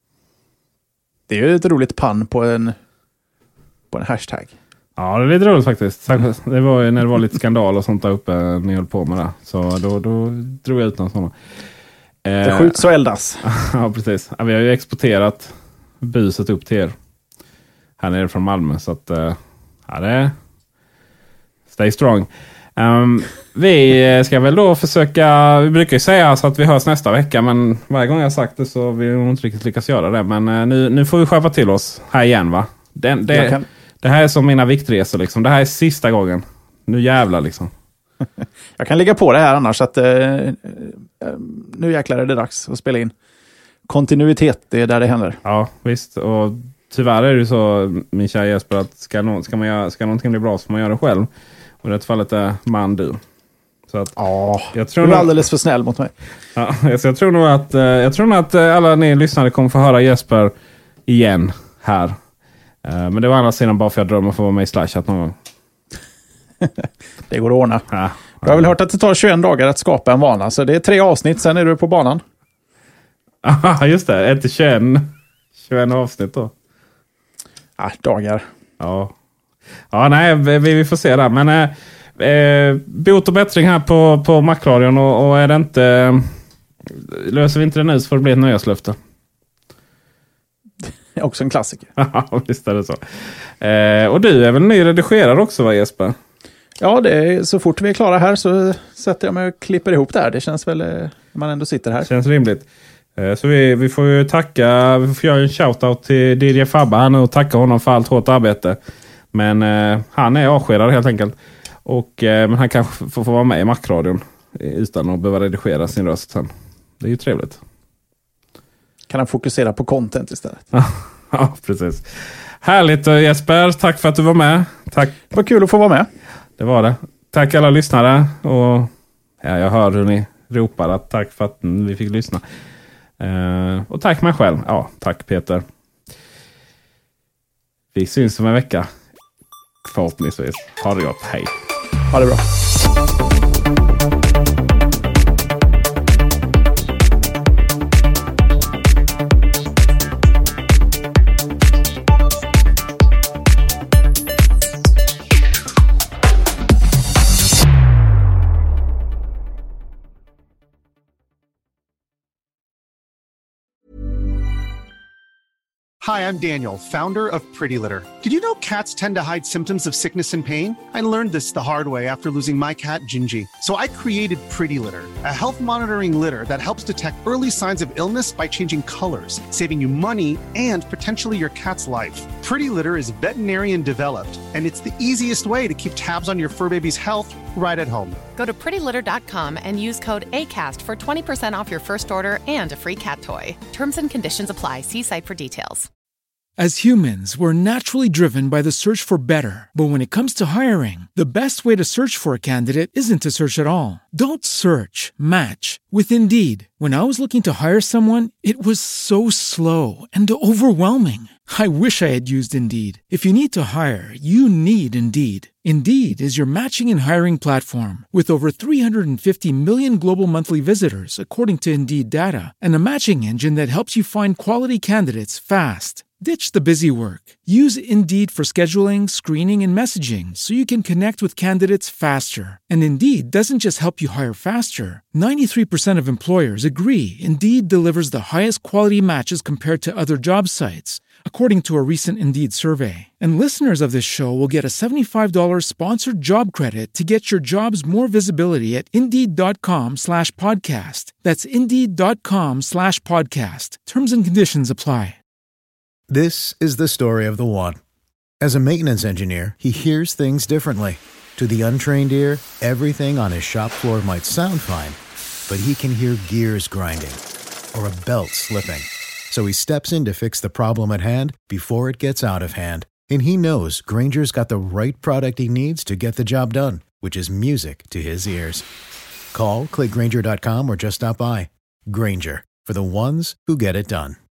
[SPEAKER 6] Det är ju ett roligt pann på en på en hashtag.
[SPEAKER 5] Ja, det är lite roligt faktiskt. Det var ju när det var lite skandal och sånt där uppe när jag höll på med det. Så då, då drog jag ut någon sån.
[SPEAKER 6] Det skjuts och eldas.
[SPEAKER 5] Ja, precis. Ja, vi har ju exporterat buset upp till er. Här nere från Malmö. Så att, ja, det är stay strong. Um, vi ska väl då försöka, vi brukar ju säga så att vi hörs nästa vecka. Men varje gång jag har sagt det så vill vi inte riktigt lyckas göra det. Men uh, nu, nu får vi skärpa till oss här igen, va? Det, det, kan... det här är som mina viktresor liksom. Det här är sista gången. Nu jävlar liksom.
[SPEAKER 6] Jag kan ligga på det här annars att uh, nu jäklar är det dags att spela in. Kontinuitet, det är där det händer.
[SPEAKER 5] Ja, visst. Och tyvärr är det så, min tjej Jesper, att ska, no- ska, man göra, ska någonting bli bra så får man göra det själv. Och i det fallet är man du. Så att,
[SPEAKER 6] ja,
[SPEAKER 5] jag tror
[SPEAKER 6] du är
[SPEAKER 5] nog,
[SPEAKER 6] alldeles för snäll mot mig.
[SPEAKER 5] Ja, så jag tror nog att, jag tror nog att alla ni lyssnare kommer få höra Jesper igen här. Men det var andra sidan bara för att jag drömmer att få vara med i Slashat någon gång.
[SPEAKER 6] Det går att ordna.
[SPEAKER 5] Ja.
[SPEAKER 6] Jag har väl hört att det tar tjugoen dagar att skapa en vana. Så det är tre avsnitt, sen är du på banan.
[SPEAKER 5] Ja, just det. Inte tjugoen, tjugoen avsnitt då.
[SPEAKER 6] Ja, dagar.
[SPEAKER 5] Ja. Ja, nej, vi, vi får se där. Men eh, bot och bättring här på, på Macradion. Och, och är det inte... Löser vi inte det nu så får det bli ett nöjeslöfte.
[SPEAKER 6] Också en klassiker.
[SPEAKER 5] Ja, visst är det så. Eh, och du är väl ny redigerare också, va Jesper?
[SPEAKER 6] Ja, det är, så fort vi är klara här så sätter jag mig och klipper ihop där. Det känns väl när man ändå sitter här.
[SPEAKER 5] Känns rimligt. Eh, så vi, vi får ju tacka, vi får göra en shoutout till D J Fabba här nu och tacka honom för allt hårt arbete. Men eh, han är avskedad helt enkelt. Och, eh, men han kanske får, får vara med i Macradion utan att behöva redigera sin röst sen. Det är ju trevligt.
[SPEAKER 6] Kan han fokusera på content istället?
[SPEAKER 5] Ja, precis. Härligt Jesper, tack för att du var med. Tack.
[SPEAKER 6] Det var kul att få vara med.
[SPEAKER 5] Det var det. Tack alla lyssnare. Och ja, jag hör hur ni ropar att tack för att vi fick lyssna. Uh, och tack mig själv. Ja, tack Peter. Vi syns om en vecka. Förhoppningsvis. Ha det gott. Hej.
[SPEAKER 6] Ha det bra.
[SPEAKER 1] Hi, I'm Daniel, founder of Pretty Litter. Did you know cats tend to hide symptoms of sickness and pain? I learned this the hard way after losing my cat, Gingy. So I created Pretty Litter, a health monitoring litter that helps detect early signs of illness by changing colors, saving you money and potentially your cat's life. Pretty Litter is veterinarian developed, and it's the easiest way to keep tabs on your fur baby's health right at home.
[SPEAKER 2] Go to pretty litter dot com and use code ACAST for twenty percent off your first order and a free cat toy. Terms and conditions apply. See site for details.
[SPEAKER 9] As humans, we're naturally driven by the search for better. But when it comes to hiring, the best way to search for a candidate isn't to search at all. Don't search, match with Indeed. When I was looking to hire someone, it was so slow and overwhelming. I wish I had used Indeed. If you need to hire, you need Indeed. Indeed is your matching and hiring platform with over three hundred fifty million global monthly visitors, according to Indeed data, and a matching engine that helps you find quality candidates fast. Ditch the busy work. Use Indeed for scheduling, screening, and messaging so you can connect with candidates faster. And Indeed doesn't just help you hire faster. ninety-three percent of employers agree Indeed delivers the highest quality matches compared to other job sites, according to a recent Indeed survey. And listeners of this show will get a seventy-five dollars sponsored job credit to get your jobs more visibility at Indeed.com slash podcast. That's Indeed.com slash podcast. Terms and conditions apply.
[SPEAKER 10] This is the story of the one. As a maintenance engineer, he hears things differently. To the untrained ear, everything on his shop floor might sound fine, but he can hear gears grinding or a belt slipping. So he steps in to fix the problem at hand before it gets out of hand. And he knows Grainger's got the right product he needs to get the job done, which is music to his ears. Call, click Grainger dot com, or just stop by. Grainger, for the ones who get it done.